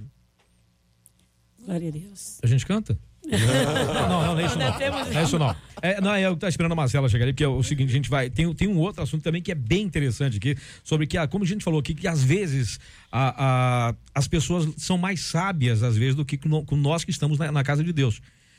Glória a Deus. A gente canta? não, não, não é isso não. Não é isso não. É, não, eu tô esperando a Marcela chegar ali, porque é o seguinte, a gente vai. Tem, tem um outro assunto também que é bem interessante aqui, sobre que, como a gente falou aqui, que às vezes a, a, as pessoas são mais sábias, às vezes, do que com nós que estamos na, na casa de Deus.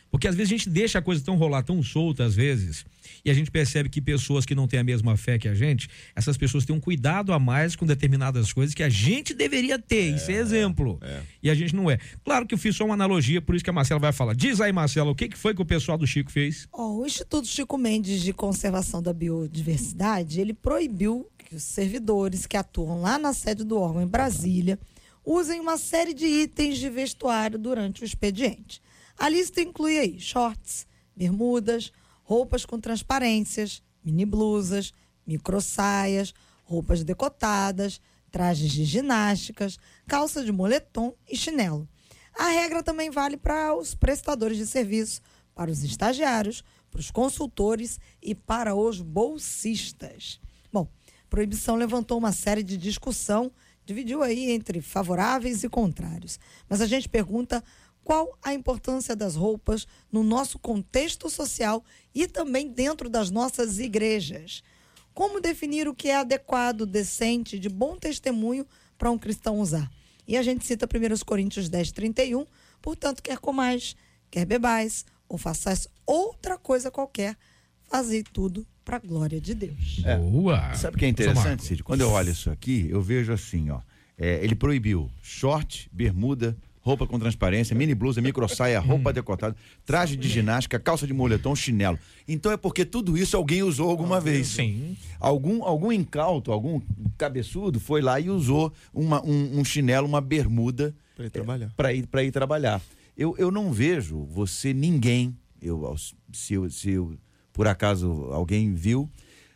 Porque às vezes a gente deixa a coisa tão rolar, tão solta às vezes, e a gente percebe que pessoas que não têm a mesma fé que a gente, essas pessoas têm um cuidado a mais com determinadas coisas que a gente deveria ter, é, isso é exemplo. É. E a gente não é. Claro que eu fiz só uma analogia, por isso que a Marcela vai falar. Diz aí, Marcela, o que, que foi que o pessoal do Chico fez? Oh, o Instituto Chico Mendes de Conservação da Biodiversidade, ele proibiu que os servidores que atuam lá na sede do órgão em Brasília usem uma série de itens de vestuário durante o expediente. A lista inclui aí shorts, bermudas, roupas com transparências, mini blusas, microsaias, roupas decotadas, trajes de ginásticas, calça de moletom e chinelo. A regra também vale para os prestadores de serviço, para os estagiários, para os consultores e para os bolsistas. Bom, a proibição levantou uma série de discussão, dividiu aí entre favoráveis e contrários. Mas a gente pergunta qual a importância das roupas no nosso contexto social e também dentro das nossas igrejas. Como definir o que é adequado, decente, de bom testemunho para um cristão usar? E a gente cita primeira Coríntios dez, trinta e um, portanto, quer comais, quer bebais, ou façais outra coisa qualquer, fazei tudo para a glória de Deus. É, Boa. Sabe o que é interessante, Cid? Quando eu olho isso aqui, eu vejo assim, ó, é, ele proibiu short, bermuda, roupa com transparência, mini blusa, micro saia, roupa decotada, traje de ginástica, calça de moletom, chinelo. Então é porque tudo isso alguém usou alguma vez. Sim. Algum, algum incauto, algum cabeçudo foi lá e usou uma, um, um chinelo, uma bermuda para ir trabalhar. É, para ir, para ir trabalhar. Eu, eu não vejo você, ninguém, eu, se, eu, se eu, por acaso alguém viu,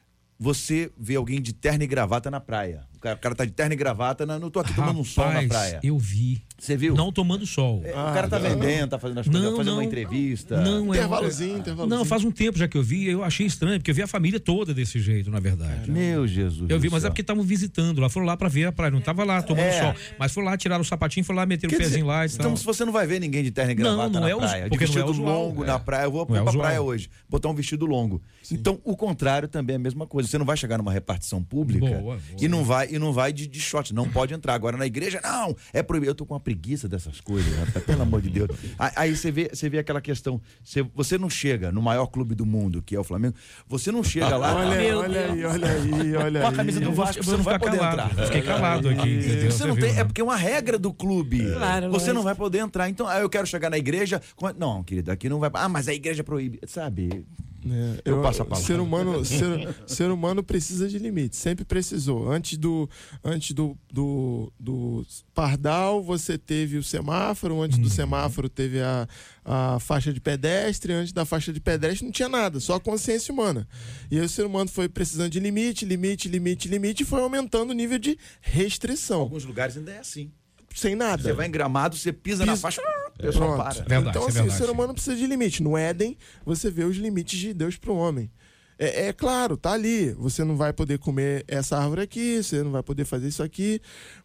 você vê alguém de terno e gravata na praia. O cara, o cara tá de terno e gravata, na, não tô aqui tomando um sol na praia. Eu vi. Você viu? Não tomando sol. É, ah, o cara tá não. vendendo, tá fazendo as coisas, não, fazendo não, uma entrevista. Não, intervalozinho, é, intervalozinho. Não, faz um tempo já que eu vi, eu achei estranho, porque eu vi a família toda desse jeito, na verdade. Meu Jesus. Eu vi, mas é porque estavam visitando lá, foram lá pra ver a praia, não tava lá tomando é. sol. Mas foram lá, tiraram o sapatinho, foram lá, meteram o pezinho lá e tal. Então, se você não vai ver ninguém de terno e gravata não, não na é praia, os, de vestido não é usual, longo é. na praia, eu vou pra é praia hoje, botar um vestido longo. Sim. Então, o contrário também é a mesma coisa. Você não vai chegar numa repartição pública boa, boa. e não vai, e não vai de, de short, não pode entrar. Agora, na igreja, não, é proibido. Eu tô com uma preguiça dessas coisas, rapaz, pelo amor de Deus. Aí você vê, você vê aquela questão, você, você não chega no maior clube do mundo, que é o Flamengo, você não chega lá... Olha, olha aí, olha aí, olha aí. Com a camisa do Vasco, você não vai poder calado. entrar. Fiquei calado aqui. Você não tem, é porque é uma regra do clube. Claro, você mas... não vai poder entrar. Então, ah, eu quero chegar na igreja... Não, querido, aqui não vai... Ah, mas a igreja proíbe. Sabe... É, eu, eu passo a palavra. Ser humano, ser, ser humano precisa de limites, sempre precisou. Antes do, antes do, do, do pardal, você teve o semáforo, antes do semáforo teve a, a faixa de pedestre, antes da faixa de pedestre não tinha nada, só a consciência humana. E aí o ser humano foi precisando de limite, limite, limite, limite, e foi aumentando o nível de restrição. Em alguns lugares ainda é assim. Sem nada. Você vai em Gramado, você pisa, pisa na faixa, o pessoal para. Verdade, então, assim, é verdade. o ser humano precisa de limite. No Éden, você vê os limites de Deus para o homem. É, é claro, tá ali. Você não vai poder comer essa árvore aqui, você não vai poder fazer isso aqui,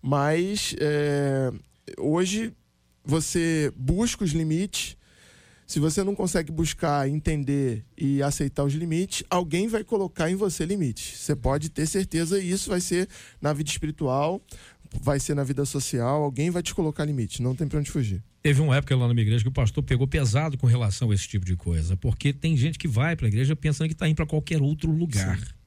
mas é, hoje você busca os limites. Se você não consegue buscar, entender e aceitar os limites, alguém vai colocar em você limites. Você pode ter certeza, e isso vai ser na vida espiritual, vai ser na vida social, alguém vai te colocar limite, não tem pra onde fugir. Teve uma época lá na minha igreja que o pastor pegou pesado com relação a esse tipo de coisa, porque tem gente que vai pra igreja pensando que tá indo pra qualquer outro lugar. Sim.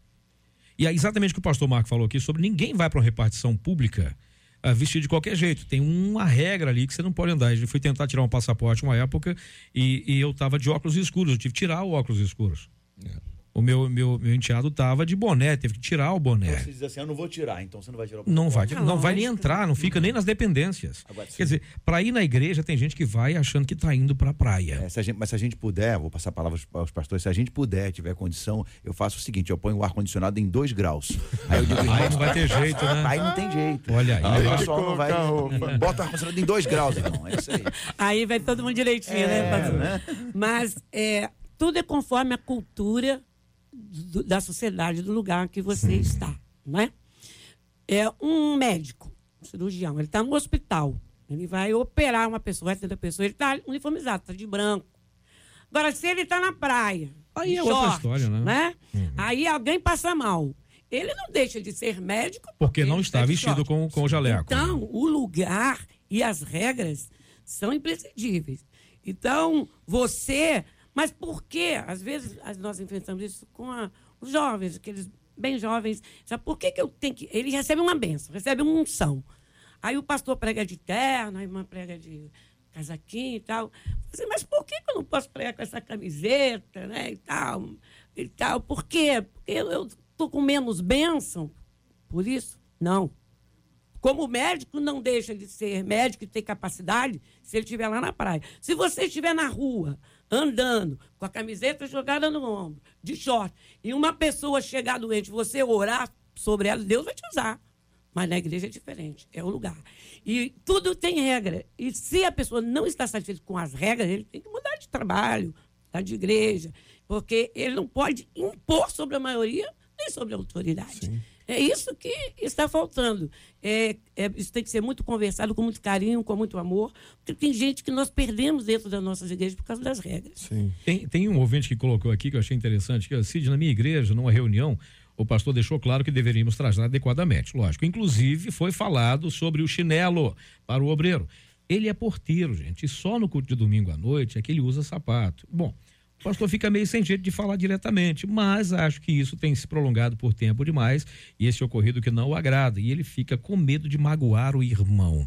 E é exatamente o que o pastor Marco falou aqui sobre ninguém vai pra uma repartição pública uh, vestido de qualquer jeito. Tem uma regra ali que você não pode andar. Eu fui tentar tirar um passaporte uma época e, e eu tava de óculos escuros, eu tive que tirar o óculos escuros. É. O meu, meu, meu enteado tava de boné, teve que tirar o boné. Você diz assim, eu não vou tirar, então você não vai tirar o boné. Não vai, não, não vai nem entrar, não fica nem nas dependências. Agora, quer dizer, para ir na igreja tem gente que vai achando que tá indo pra praia. É, se a gente, mas se a gente puder, vou passar a palavra aos pastores, se a gente puder, tiver condição, eu faço o seguinte, eu ponho o ar-condicionado em dois graus. Aí eu digo, aí não vai ter jeito, né? Aí não tem jeito. Olha aí. Aí o pessoal não vai... Bota o ar-condicionado em dois graus, então, é isso aí. Aí vai todo mundo direitinho, é, né, né? Mas é, tudo é conforme a cultura Do, da sociedade, do lugar que você Sim. está, não é? É um médico, um cirurgião, ele está no hospital, ele vai operar uma pessoa, vai ter uma pessoa, ele está uniformizado, está de branco. Agora, se ele está na praia, aí é short, outra história, né? né? Uhum. Aí alguém passa mal. Ele não deixa de ser médico porque, porque não está vestido com, com o jaleco. Então, o lugar e as regras são imprescindíveis. Então, você... Mas por quê? Às vezes nós enfrentamos isso com a, os jovens, aqueles bem jovens. Sabe por que, que eu tenho que... Ele recebe uma bênção, recebe uma unção. Aí o pastor prega de terno, a irmã prega de casaquinho e tal. Assim, mas por que, que eu não posso pregar com essa camiseta, né? E tal, e tal. Por quê? Porque eu estou com menos bênção? Por isso? Não. Como médico, não deixa de ser médico e ter capacidade se ele estiver lá na praia. Se você estiver na rua, andando, com a camiseta jogada no ombro, de short, e uma pessoa chegar doente, você orar sobre ela, Deus vai te usar. Mas na igreja é diferente, é o lugar. E tudo tem regra. E se a pessoa não está satisfeita com as regras, ele tem que mudar de trabalho, mudar de igreja, porque ele não pode impor sobre a maioria, nem sobre a autoridade. Sim. É isso que está faltando. É, é, isso tem que ser muito conversado, com muito carinho, com muito amor, porque tem gente que nós perdemos dentro das nossas igrejas por causa das regras. Sim. Tem, tem um ouvinte que colocou aqui, que eu achei interessante, que é Cid, na minha igreja, numa reunião, o pastor deixou claro que deveríamos tratar adequadamente, lógico. Inclusive, foi falado sobre o chinelo para o obreiro. Ele é porteiro, gente, e só no culto de domingo à noite é que ele usa sapato. Bom, o pastor fica meio sem jeito de falar diretamente, mas acho que isso tem se prolongado por tempo demais e esse ocorrido que não o agrada, e ele fica com medo de magoar o irmão.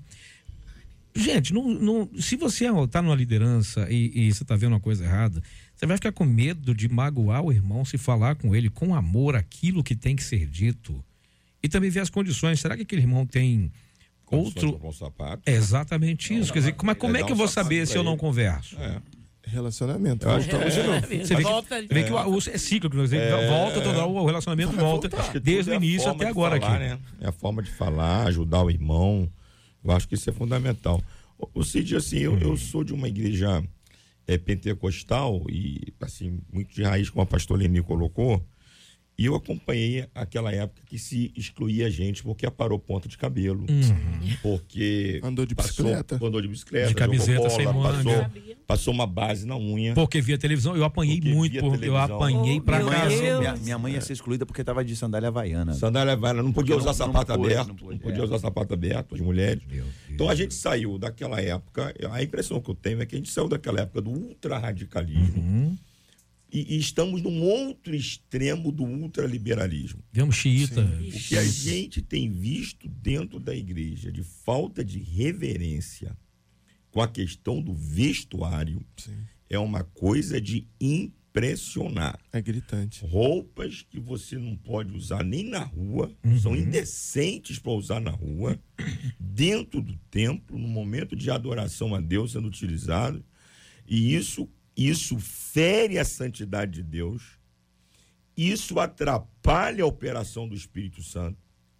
Gente, não, não, se você está numa liderança e, e você está vendo uma coisa errada, você vai ficar com medo de magoar o irmão se falar com ele com amor aquilo que tem que ser dito. E também ver as condições. Será que aquele irmão tem outro... Com sapato. É exatamente isso. Quer dizer, como, como é que eu vou saber se eu não converso? É. Relacionamento. Voltamos de novo. Você vê que, vê que o, o, é cíclico, é, volta, toda, o relacionamento volta, desde o início até agora falar, aqui. Né? É a forma de falar, ajudar o irmão. Eu acho que isso é fundamental. O, o Cid, assim, eu, eu sou de uma igreja é, pentecostal e, assim, muito de raiz, como a pastor Leni colocou, e eu acompanhei aquela época que se excluía gente porque aparou ponta de cabelo, uhum. porque andou de bicicleta, passou, andou de bicicleta, de camiseta bola, sem manga, passou, passou uma base na unha. Porque via televisão, eu apanhei porque muito, por, eu apanhei oh, pra minha casa. Mãe, minha, minha mãe ia ser excluída porque tava de sandália havaiana. Sandália havaiana, não podia não, usar não, sapato não pôde, aberto, não, pôde, não podia é. usar sapato aberto, as mulheres. Então a gente saiu daquela época, a impressão que eu tenho é que a gente saiu daquela época do ultra-radicalismo. Uhum. E, e estamos num outro extremo do ultraliberalismo. Vemos xiita. O que a gente tem visto dentro da igreja de falta de reverência com a questão do vestuário Sim. é uma coisa de impressionar. É gritante. Roupas que você não pode usar nem na rua, uhum. são indecentes para usar na rua, dentro do templo, no momento de adoração a Deus sendo utilizado, e isso Isso fere a santidade de Deus, isso atrapalha a operação do Espírito Santo,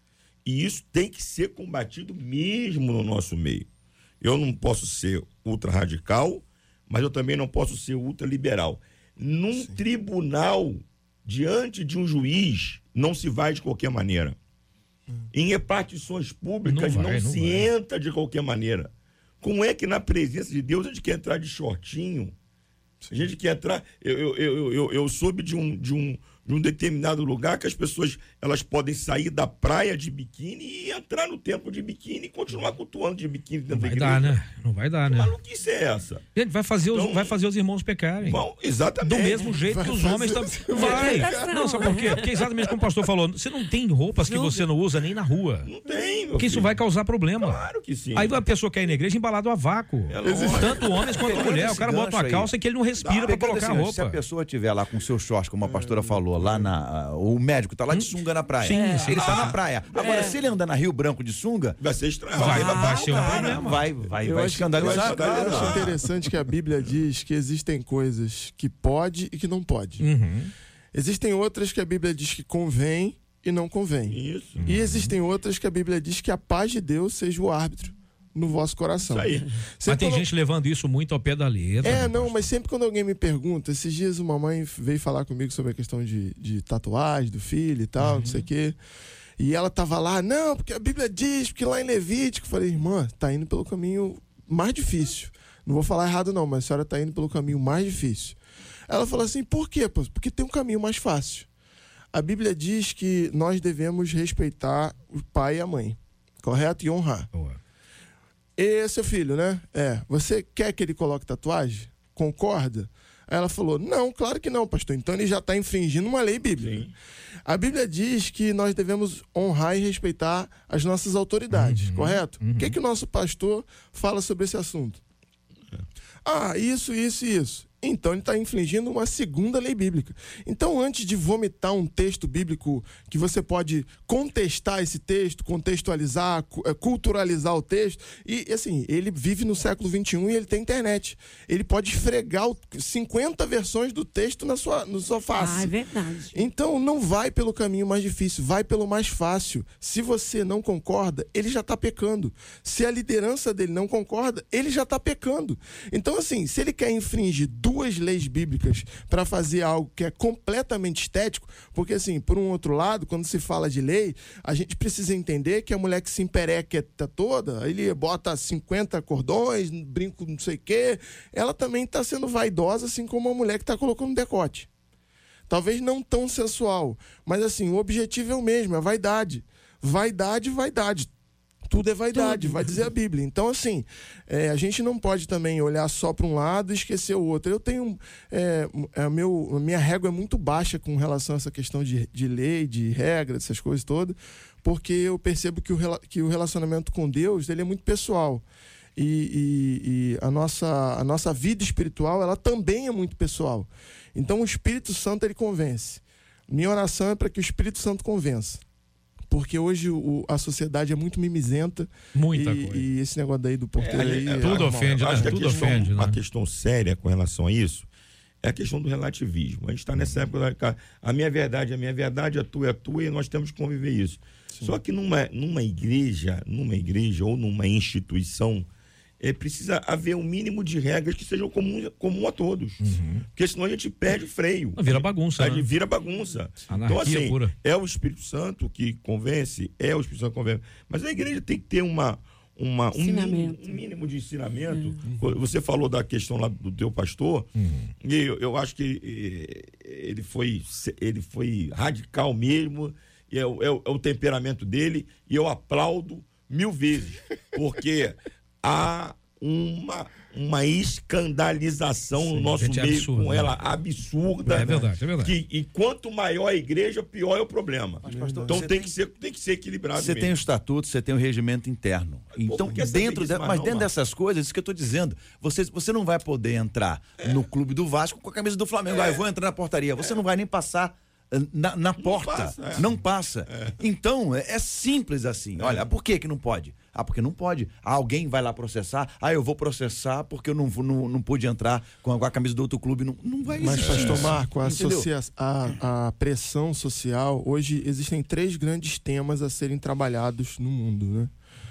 e isso tem que ser combatido mesmo no nosso meio. Eu não posso ser ultra-radical, mas eu também não posso ser ultra-liberal. Num Sim. tribunal, diante de um juiz, não se vai de qualquer maneira. Hum. Em repartições públicas, não, vai, não, não se vai. entra de qualquer maneira. Como é que na presença de Deus a gente quer entrar de shortinho? A gente quer entrar... Eu, eu, eu, eu, eu soube de um, de, um, de um determinado lugar que as pessoas elas podem sair da praia de biquíni e entrar no templo de biquíni e continuar cultuando de biquíni dentro da igreja. Não vai dar, né? Não vai dar, que né? Que maluquice é essa? Gente, vai fazer, então, os, vai fazer os irmãos pecarem. Vão, exatamente. Do mesmo jeito vai que os homens também... Vai! vai. Não, sabe por quê? Porque exatamente como o pastor falou, você não tem roupas que você não usa nem na rua. Não tem, meu Porque isso filho. vai causar problema. Claro que sim. Aí a pessoa quer ir na igreja embalado a vácuo. É Tanto homens quanto mulher. O cara bota uma calça aí. que ele não respira para colocar assim, roupa. Se a pessoa tiver lá com o seu short, como a pastora falou, lá na... O médico tá lá de sunga na praia. Sim, sim. Ele tá na praia. Agora, é. se ele andar na Rio Branco de sunga... Vai ser estranho. Vai, vai, vai ser um problema. Vai, vai, eu vai acho, escandalizar. Eu acho, eu acho interessante que a Bíblia diz que existem coisas que pode e que não pode. Uhum. Existem outras que a Bíblia diz que convém e não convém. Isso. E existem outras que a Bíblia diz que a paz de Deus seja o árbitro no vosso coração. Isso aí. Sempre mas tem quando... gente levando isso muito ao pé da letra. É, não, mas sempre quando alguém me pergunta, esses dias uma mãe veio falar comigo sobre a questão de, de tatuagem do filho e tal, uhum. não sei o quê. E ela tava lá, não, porque a Bíblia diz, porque lá em Levítico. Eu falei, irmã, tá indo pelo caminho mais difícil. Não vou falar errado não, mas a senhora tá indo pelo caminho mais difícil. Ela falou assim, por quê? Porque tem um caminho mais fácil. A Bíblia diz que nós devemos respeitar o pai e a mãe, correto? E honrar. Boa. E seu filho, né? É. Você quer que ele coloque tatuagem? concorda? Aí ela falou, não, claro que não, pastor. Então ele já está infringindo uma lei bíblica. Sim. A Bíblia diz que nós devemos honrar e respeitar as nossas autoridades, uhum, correto? Uhum. O que, que o nosso pastor fala sobre esse assunto? Ah, isso, isso e isso. Então ele está infringindo uma segunda lei bíblica. Então, antes de vomitar um texto bíblico que você pode contestar esse texto, contextualizar, culturalizar o texto, e assim, ele vive no século vinte e um e ele tem internet. Ele pode esfregar cinquenta versões do texto na sua, na sua face. Ah, é verdade. Então, não vai pelo caminho mais difícil, vai pelo mais fácil. Se você não concorda, ele já está pecando. Se a liderança dele não concorda, ele já está pecando. Então, assim, se ele quer infringir duas leis bíblicas para fazer algo que é completamente estético, porque assim, por um outro lado, quando se fala de lei, a gente precisa entender que a mulher que se emperequeta toda, ele bota cinquenta cordões, brinco não sei o quê, ela também está sendo vaidosa, assim como a mulher que está colocando decote. Talvez não tão sensual, mas assim, o objetivo é o mesmo, é a vaidade. Vaidade, vaidade. Tudo é vaidade, Tudo. vai dizer a Bíblia. Então, assim, é, a gente não pode também olhar só para um lado e esquecer o outro. Eu tenho... É, a, meu, a minha régua é muito baixa com relação a essa questão de, de lei, de regra, dessas coisas todas, porque eu percebo que o, que o relacionamento com Deus, ele é muito pessoal. E, e, e a, nossa, a nossa vida espiritual, ela também é muito pessoal. Então, o Espírito Santo, ele convence. Minha oração é para que o Espírito Santo convença. Porque hoje o, a sociedade é muito mimizenta. Muita e, coisa. E esse negócio daí do porteiro é, aí... É, é, tudo é, ofende, acho né? que Tudo a questão, ofende, né? A questão séria com relação a isso é a questão do relativismo. A gente está nessa época da... A minha verdade é a minha verdade, a tua é a tua, e nós temos que conviver isso. Sim. Só que numa, numa igreja, numa igreja ou numa instituição, é, precisa haver um mínimo de regras que sejam comum, comum a todos. Uhum. Porque senão a gente perde o freio. Vira bagunça, A gente né? vira bagunça. Anarquia então, assim, pura. é o Espírito Santo que convence, é o Espírito Santo que convence. Mas a igreja tem que ter uma, uma, um, mínimo, um mínimo de ensinamento. Uhum. Você falou da questão lá do teu pastor, uhum. e eu, eu acho que ele foi, ele foi radical mesmo, e é, é, é o temperamento dele, e eu aplaudo mil vezes, porque há uma, uma escandalização Sim, no nosso meio é absurdo, com ela absurda. É verdade, é verdade. Que, e quanto maior a igreja, pior é o problema. Mas, pastor, então tem, tem que ser, tem que ser equilibrado. Você mesmo. tem o estatuto, você tem o regimento interno. Pô, então, dentro de, mas não, dentro mano. dessas coisas, isso que eu estou dizendo, você, você não vai poder entrar é. no clube do Vasco com a camisa do Flamengo. É. Ah, eu vou entrar na portaria. Você é. não vai nem passar na, na porta. Não passa. É. Não passa. É. Então, é, é simples assim. É. Olha, por que que não pode? Ah, porque não pode. Ah, alguém vai lá processar. Ah, eu vou processar porque eu não, não, não pude entrar com a, com a camisa do outro clube. Não, não vai Mas, existir. pastor Marco, a, associa... a, a pressão social, hoje existem três grandes temas a serem trabalhados no mundo, né?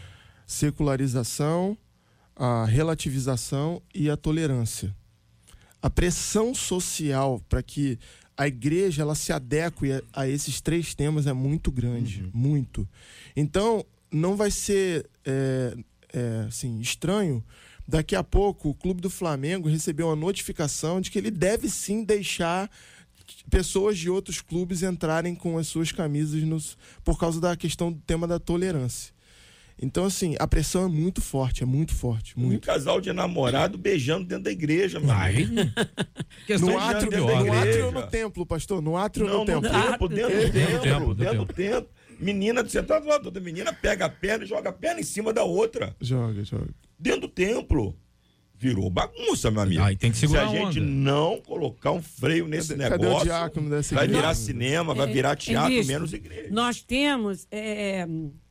Secularização, a relativização e a tolerância. A pressão social para que a igreja ela se adeque a, a esses três temas é muito grande, uhum. muito. Então, não vai ser é, é, assim, estranho daqui a pouco o Clube do Flamengo recebeu uma notificação de que ele deve sim deixar pessoas de outros clubes entrarem com as suas camisas nos, por causa da questão do tema da tolerância. Então, assim, a pressão é muito forte, é muito forte. Muito. Um casal de namorado beijando dentro da igreja, mano. No átrio, no átrio ou no templo, pastor? No átrio ou no templo? No templo, dentro do templo, dentro do templo. Menina, você tá do lado da menina, pega a perna e joga a perna em cima da outra. Joga, joga. Dentro do templo. Virou bagunça, meu amigo. Aí tem que segurar Se a gente onda. não colocar um freio nesse cadê, negócio, cadê o diácono dessa vai igreja? virar cinema, vai virar teatro, é, menos igreja. Nós temos... É,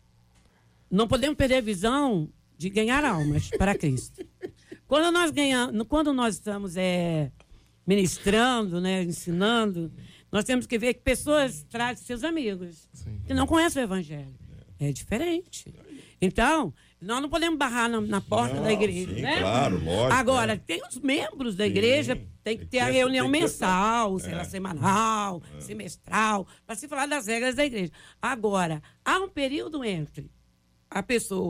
não podemos perder a visão de ganhar almas para Cristo. Quando nós ganhamos, quando nós estamos é, ministrando, né, ensinando, nós temos que ver que pessoas trazem seus amigos Sim. que não conhecem o evangelho. É diferente. Então, nós não podemos barrar na, na porta não, da igreja, sim, né? Claro, lógico. Agora, é. tem os membros da igreja, sim, tem que ter a reunião ter, mensal, ter... sei lá, é. semanal, é. semestral, para se falar das regras da igreja. Agora, há um período entre a pessoa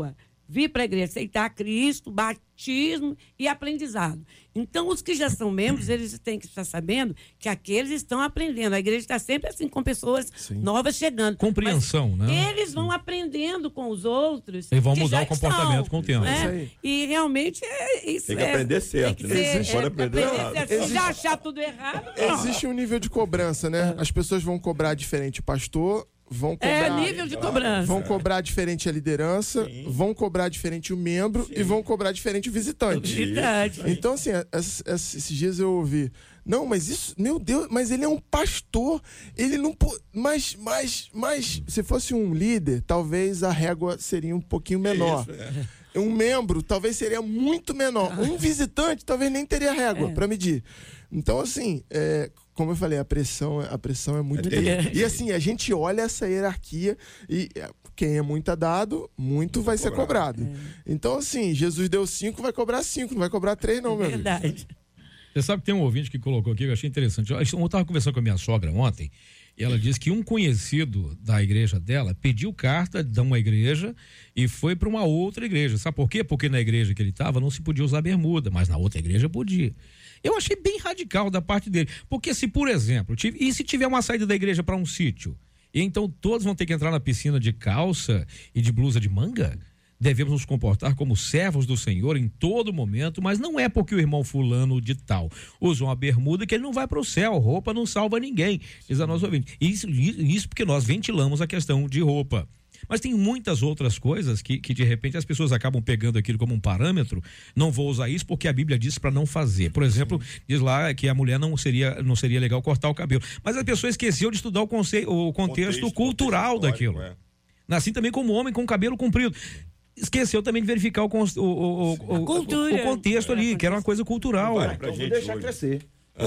vir para a igreja, aceitar Cristo, batismo e aprendizado. Então, os que já são membros, eles têm que estar sabendo que aqueles estão aprendendo. A igreja está sempre assim, com pessoas Sim. novas chegando. Compreensão, Mas né? Eles vão aprendendo com os outros. E vão mudar o comportamento estão, com o tempo. Né? E realmente é isso. Tem que é, aprender certo, tem que né? ser, Existe, pode é, aprender aprender errado. certo. Se já achar tudo errado, não. Existe um nível de cobrança, né? As pessoas vão cobrar diferente o pastor, vão cobrar... É nível de cobrança. Vão cobrar diferente a liderança, Sim. vão cobrar diferente o membro Sim. e vão cobrar diferente o visitante. Verdade. Então, assim, esses dias eu ouvi, não, mas isso, meu Deus, mas ele é um pastor, ele não pode, mas, mas, mas, se fosse um líder, talvez a régua seria um pouquinho menor. Isso, é. Um membro talvez seria muito menor. Um visitante talvez nem teria régua é. para medir. Então, assim, é, como eu falei, a pressão, a pressão é muito é grande. E assim, a gente olha essa hierarquia e quem é muito dado, muito vai ser cobrado. É. Então, assim, Jesus deu cinco, vai cobrar cinco, não vai cobrar três, não, meu amigo. Verdade. Você sabe que tem um ouvinte que colocou aqui, que eu achei interessante. Eu estava conversando com a minha sogra ontem, e ela disse que um conhecido da igreja dela pediu carta de uma igreja e foi para uma outra igreja. Sabe por quê? Porque na igreja que ele estava não se podia usar bermuda, mas na outra igreja podia. Eu achei bem radical da parte dele. Porque se, por exemplo, tive, e se tiver uma saída da igreja para um sítio, e então todos vão ter que entrar na piscina de calça e de blusa de manga? Devemos nos comportar como servos do Senhor em todo momento, mas não é porque o irmão fulano de tal usou uma bermuda que ele não vai para o céu. Roupa não salva ninguém, diz a nossa ouvinte. Isso, isso porque nós ventilamos a questão de roupa. Mas tem muitas outras coisas que, que de repente as pessoas acabam pegando aquilo como um parâmetro. Não vou usar isso porque a Bíblia diz para não fazer. Por exemplo, Sim. diz lá que a mulher não seria, não seria legal cortar o cabelo. Mas a pessoa esqueceu de estudar o, conce, o contexto, contexto cultural contexto daquilo. É. Assim também como homem com cabelo comprido. Esqueceu também de verificar o, o, o, o, a cultura. o, o contexto ali, que era uma coisa cultural. Vai, então vou deixar hoje. crescer.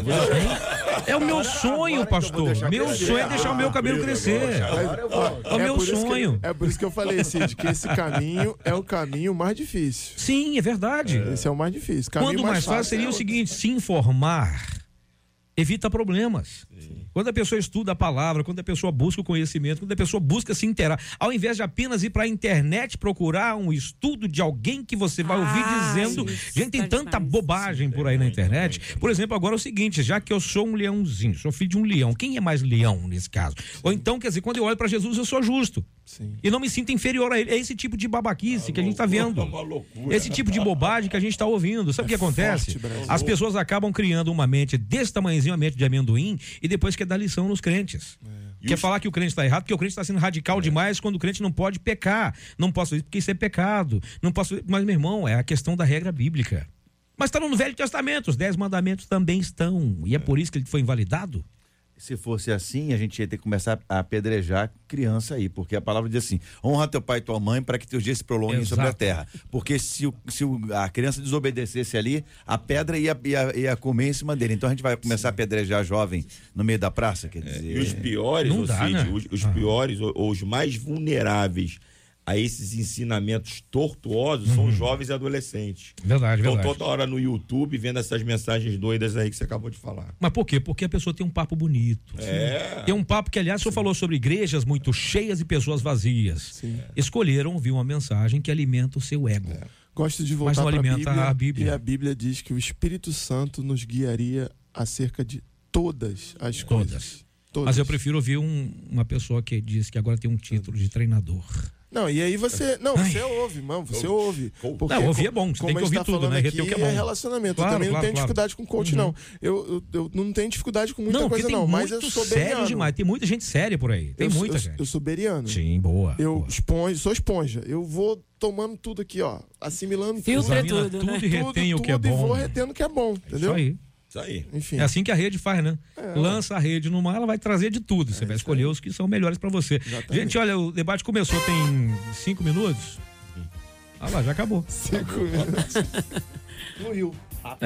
É o meu sonho, pastor. Meu sonho é deixar o meu cabelo crescer. É o meu sonho. É por isso que eu falei, Cid, que esse caminho é o caminho mais difícil. Sim, é verdade. Esse é o mais difícil. Quando mais fácil seria o seguinte: se informar evita problemas. Sim. Quando a pessoa estuda a palavra, quando a pessoa busca o conhecimento, quando a pessoa busca se inteirar, ao invés de apenas ir para a internet procurar um estudo de alguém que você vai ouvir ah, dizendo, isso, gente, tem tanta demais. bobagem Sim, por aí na internet. Por exemplo, agora é o seguinte, já que eu sou um leãozinho, sou filho de um leão, quem é mais leão nesse caso? Sim. Ou então, quer dizer, quando eu olho para Jesus, eu sou justo. Sim. E não me sinto inferior a ele. É esse tipo de babaquice ah, que a gente está vendo. É uma loucura. Esse tipo de bobagem que a gente está ouvindo. Sabe o é que acontece? Forte, As pessoas acabam criando uma mente desse tamanhozinho, a mente de amendoim, e depois quer dar lição nos crentes. É. Quer os... falar que o crente está errado, porque o crente está sendo radical é. demais quando o crente não pode pecar. Não posso isso porque isso é pecado. Não posso. Mas, meu irmão, é a questão da regra bíblica. Mas está no Velho Testamento. Os dez mandamentos também estão. E é, é por isso que ele foi invalidado. Se fosse assim, a gente ia ter que começar a apedrejar criança aí, porque a palavra diz assim: honra teu pai e tua mãe para que teus dias se prolonguem Exato. sobre a terra. Porque se, o, se o, a criança desobedecesse ali, a pedra ia, ia, ia comer em cima dele. Então a gente vai começar Sim. a apedrejar jovem no meio da praça, quer dizer. É, e os piores, Não dá, Cid, né? os, os ah. piores ou, ou os mais vulneráveis a esses ensinamentos tortuosos uhum. são os jovens e adolescentes. Verdade, Estão verdade. toda hora no YouTube vendo essas mensagens doidas aí que você acabou de falar. Mas por quê? Porque a pessoa tem um papo bonito. É. Tem um papo que, aliás, o senhor falou sobre igrejas muito cheias e pessoas vazias. Sim. Escolheram ouvir uma mensagem que alimenta o seu ego. É. Gosto de voltar para a Bíblia, a Bíblia. E a Bíblia diz que o Espírito Santo nos guiaria acerca de todas as todas. coisas. Todas. Mas eu prefiro ouvir um, uma pessoa que diz que agora tem um título de treinador. Não, e aí você. Não, você Ai. ouve, mano, você ouve. Porque, não, ouvir é bom, você tem que ouvir tá tudo, né? Aqui, o que é bom. É relacionamento. Claro, eu também claro, não tenho claro. dificuldade com coach, uhum. não. Eu, eu, eu não tenho dificuldade com muita não, coisa, tem não. Mas muito eu sou sério beriano. demais. Tem muita gente séria por aí. Tem eu, muita eu, gente. Eu sou beriano. Sim, boa. Eu boa. Esponja, sou esponja. Eu vou tomando tudo aqui, ó. Assimilando Filtra tudo. tudo, tudo né? e retém tudo, o que é tudo bom. E vou retendo o que é bom, entendeu? Isso aí. Isso aí. Enfim. É assim que a rede faz, né? É. Lança a rede no mar, ela vai trazer de tudo. Você é vai escolher aí. Os que são melhores pra você. Exatamente. Gente, olha, o debate começou tem cinco minutos. Ah lá, já acabou. Cinco minutos. Fluiu. É.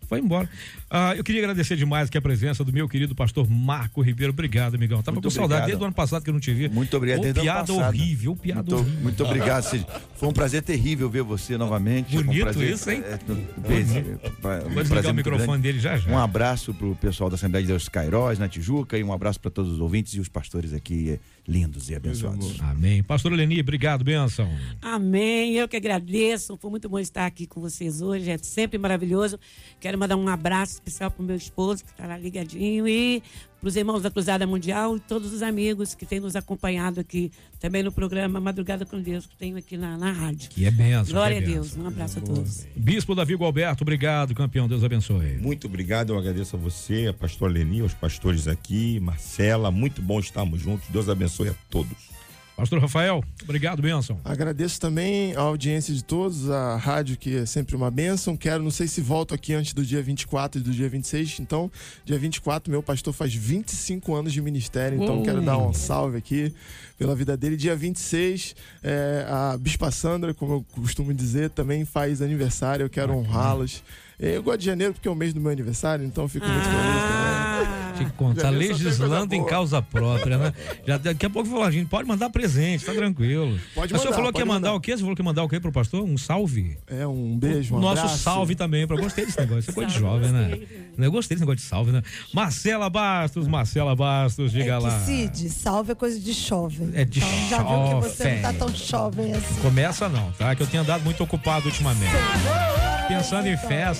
foi embora. Ah, eu queria agradecer demais aqui a presença do meu querido pastor Marco Ribeiro. Obrigado, amigão. Tava Muito com obrigado. saudade desde o ano passado que eu não te vi. Muito obrigado. Ô, desde o ano piada passado. horrível, piada muito, horrível. Muito obrigado, Cid. Foi um prazer terrível ver você novamente. Bonito um prazer, isso, hein? É, é, um Vou desligar o microfone dele já já. Um abraço pro pessoal da Assembleia de Deus Cairós, na Tijuca, e um abraço para todos os ouvintes e os pastores aqui lindos e abençoados. Amém. Pastora Leni, obrigado, bênção. Amém. Eu que agradeço. Foi muito bom estar aqui com vocês hoje. É sempre maravilhoso. Quero mandar um abraço especial pro meu esposo, que está lá ligadinho, e para os irmãos da Cruzada Mundial e todos os amigos que têm nos acompanhado aqui também no programa Madrugada com Deus, que tenho aqui na, na rádio. Que é benção. Glória é a Deus. benção. Um abraço a todos. Bispo Davi Gualberto, obrigado, campeão. Deus abençoe. Muito obrigado, eu agradeço a você, a pastora Leni, aos pastores aqui, Marcela, muito bom estarmos juntos. Deus abençoe a todos. Pastor Rafael, obrigado, bênção. Agradeço também a audiência de todos, a rádio, que é sempre uma bênção. Quero, não sei se volto aqui antes do dia vinte e quatro e do dia vinte e seis. Então, dia vinte e quatro, meu pastor faz vinte e cinco anos de ministério. Então, Uou. quero dar um salve aqui pela vida dele. Dia vinte e seis, é, a Bispa Sandra, como eu costumo dizer, também faz aniversário. Eu quero honrá-los. Eu gosto de janeiro porque é o mês do meu aniversário, então eu fico muito feliz também. Te conta, tá legislando em causa própria, né? Já, daqui a pouco falou, a gente pode mandar presente, tá tranquilo. Pode Mas o senhor mandar, falou que ia pode mandar, mandar. o quê? Você falou que ia mandar o quê pro pastor? Um salve? É, um beijo, um Nosso abraço. salve também, pra gostei desse negócio. Você é coisa de jovem, né? Eu gostei desse negócio de salve, né? Marcela Bastos, Marcela Bastos, diga é que, lá. Cid, salve é coisa de jovem. É de então, já viu que você não tá jovem. tão jovem assim. Começa não, tá? Que eu tenho andado muito ocupado ultimamente. Pensando em festa.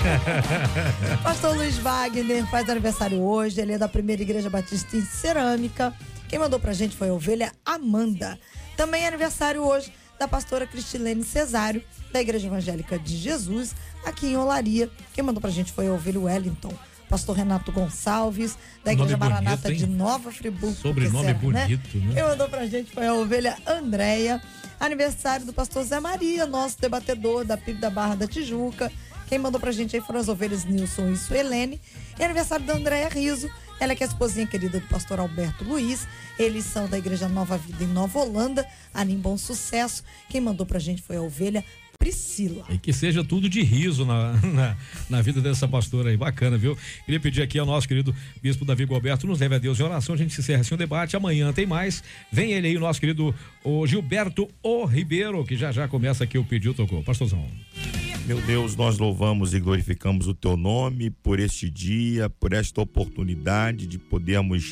Pastor Luiz Wagner faz aniversário hoje. Ele é da Primeira Igreja Batista em Cerâmica. Quem mandou pra gente foi a ovelha Amanda. Também é aniversário hoje da pastora Cristilene Cesário, da Igreja Evangélica de Jesus, aqui em Olaria. Quem mandou pra gente foi a ovelha Wellington. Pastor Renato Gonçalves, da Igreja Nome Maranata bonito, de Nova Friburgo. Sobrenome porque será, bonito, né? Quem mandou pra gente foi a ovelha Andréia. Aniversário do pastor Zé Maria, nosso debatedor da P I B da Barra da Tijuca. Quem mandou pra gente aí foram as ovelhas Nilson e Suelene. E aniversário da Andréia Riso. Ela que é a esposinha querida do pastor Alberto Luiz. Eles são da Igreja Nova Vida em Nova Holanda, ali em Bom Sucesso. Quem mandou pra gente foi a ovelha Priscila. E que seja tudo de riso na, na, na vida dessa pastora aí. Bacana, viu? Queria pedir aqui ao nosso querido bispo Davi Gualberto, nos leve a Deus em oração. A gente se encerra assim o debate. Amanhã tem mais. Vem ele aí, o nosso querido o Gilberto O Ribeiro, que já já começa aqui o Pediu Tocou. Pastorzão. Meu Deus, nós louvamos e glorificamos o teu nome por este dia, por esta oportunidade de podermos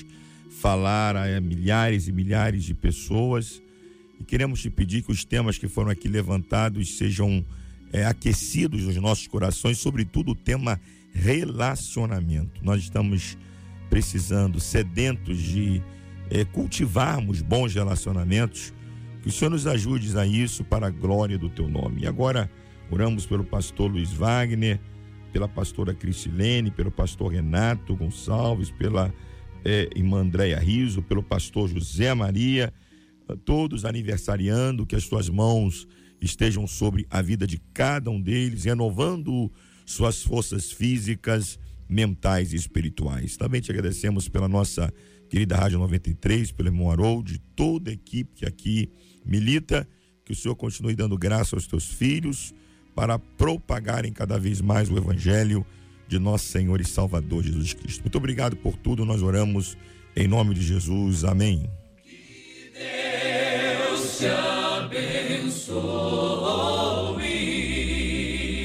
falar a milhares e milhares de pessoas. E queremos te pedir que os temas que foram aqui levantados sejam é, aquecidos nos nossos corações, sobretudo o tema relacionamento. Nós estamos precisando, sedentos de é, cultivarmos bons relacionamentos. Que o Senhor nos ajude a isso para a glória do teu nome. E agora oramos pelo pastor Luiz Wagner, pela pastora Cristilene, pelo pastor Renato Gonçalves, pela é, irmã Andréia Riso, pelo pastor José Maria, todos aniversariando, que as tuas mãos estejam sobre a vida de cada um deles, renovando suas forças físicas, mentais e espirituais. Também te agradecemos pela nossa querida Rádio noventa e três, pelo irmão Harold, toda a equipe que aqui milita, que o Senhor continue dando graça aos teus filhos para propagarem cada vez mais o Evangelho de nosso Senhor e Salvador Jesus Cristo. Muito obrigado por tudo, nós oramos em nome de Jesus, amém. Deus te abençoe.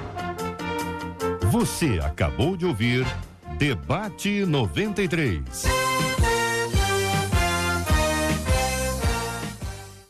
Você acabou de ouvir Debate noventa e três.